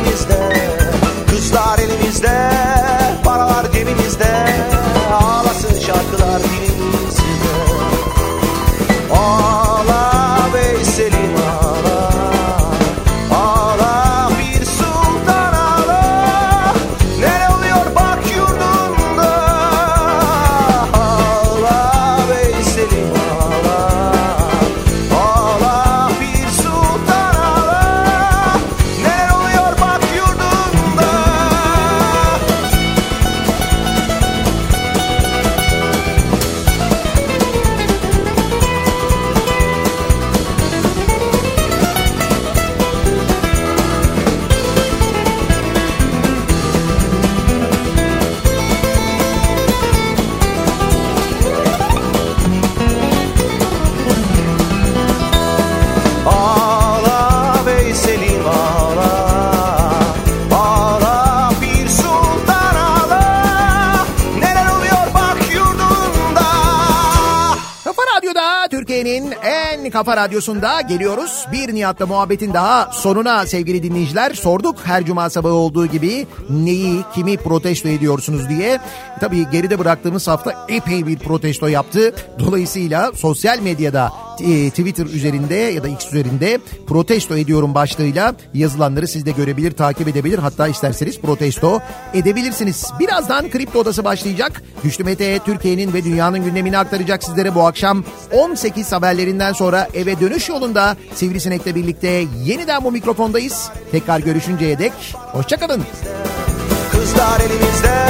Speaker 2: Kafa Radyosu'nda geliyoruz. Bir Nihat'la muhabbetin daha sonuna sevgili dinleyiciler. Sorduk her cuma sabahı olduğu gibi neyi, kimi protesto ediyorsunuz diye. Tabii geride bıraktığımız hafta epey bir protesto yaptı. Dolayısıyla sosyal medyada Twitter üzerinde ya da X üzerinde protesto ediyorum başlığıyla yazılanları siz de görebilir, takip edebilir. Hatta isterseniz protesto edebilirsiniz. Birazdan Kripto Odası başlayacak. Güçlü Mete Türkiye'nin ve dünyanın gündemini aktaracak sizlere bu akşam 18 haberlerinden sonra eve dönüş yolunda Sivrisinek'le birlikte yeniden bu mikrofondayız. Tekrar görüşünceye dek hoşça kalın.
Speaker 12: Kızlar elimizde,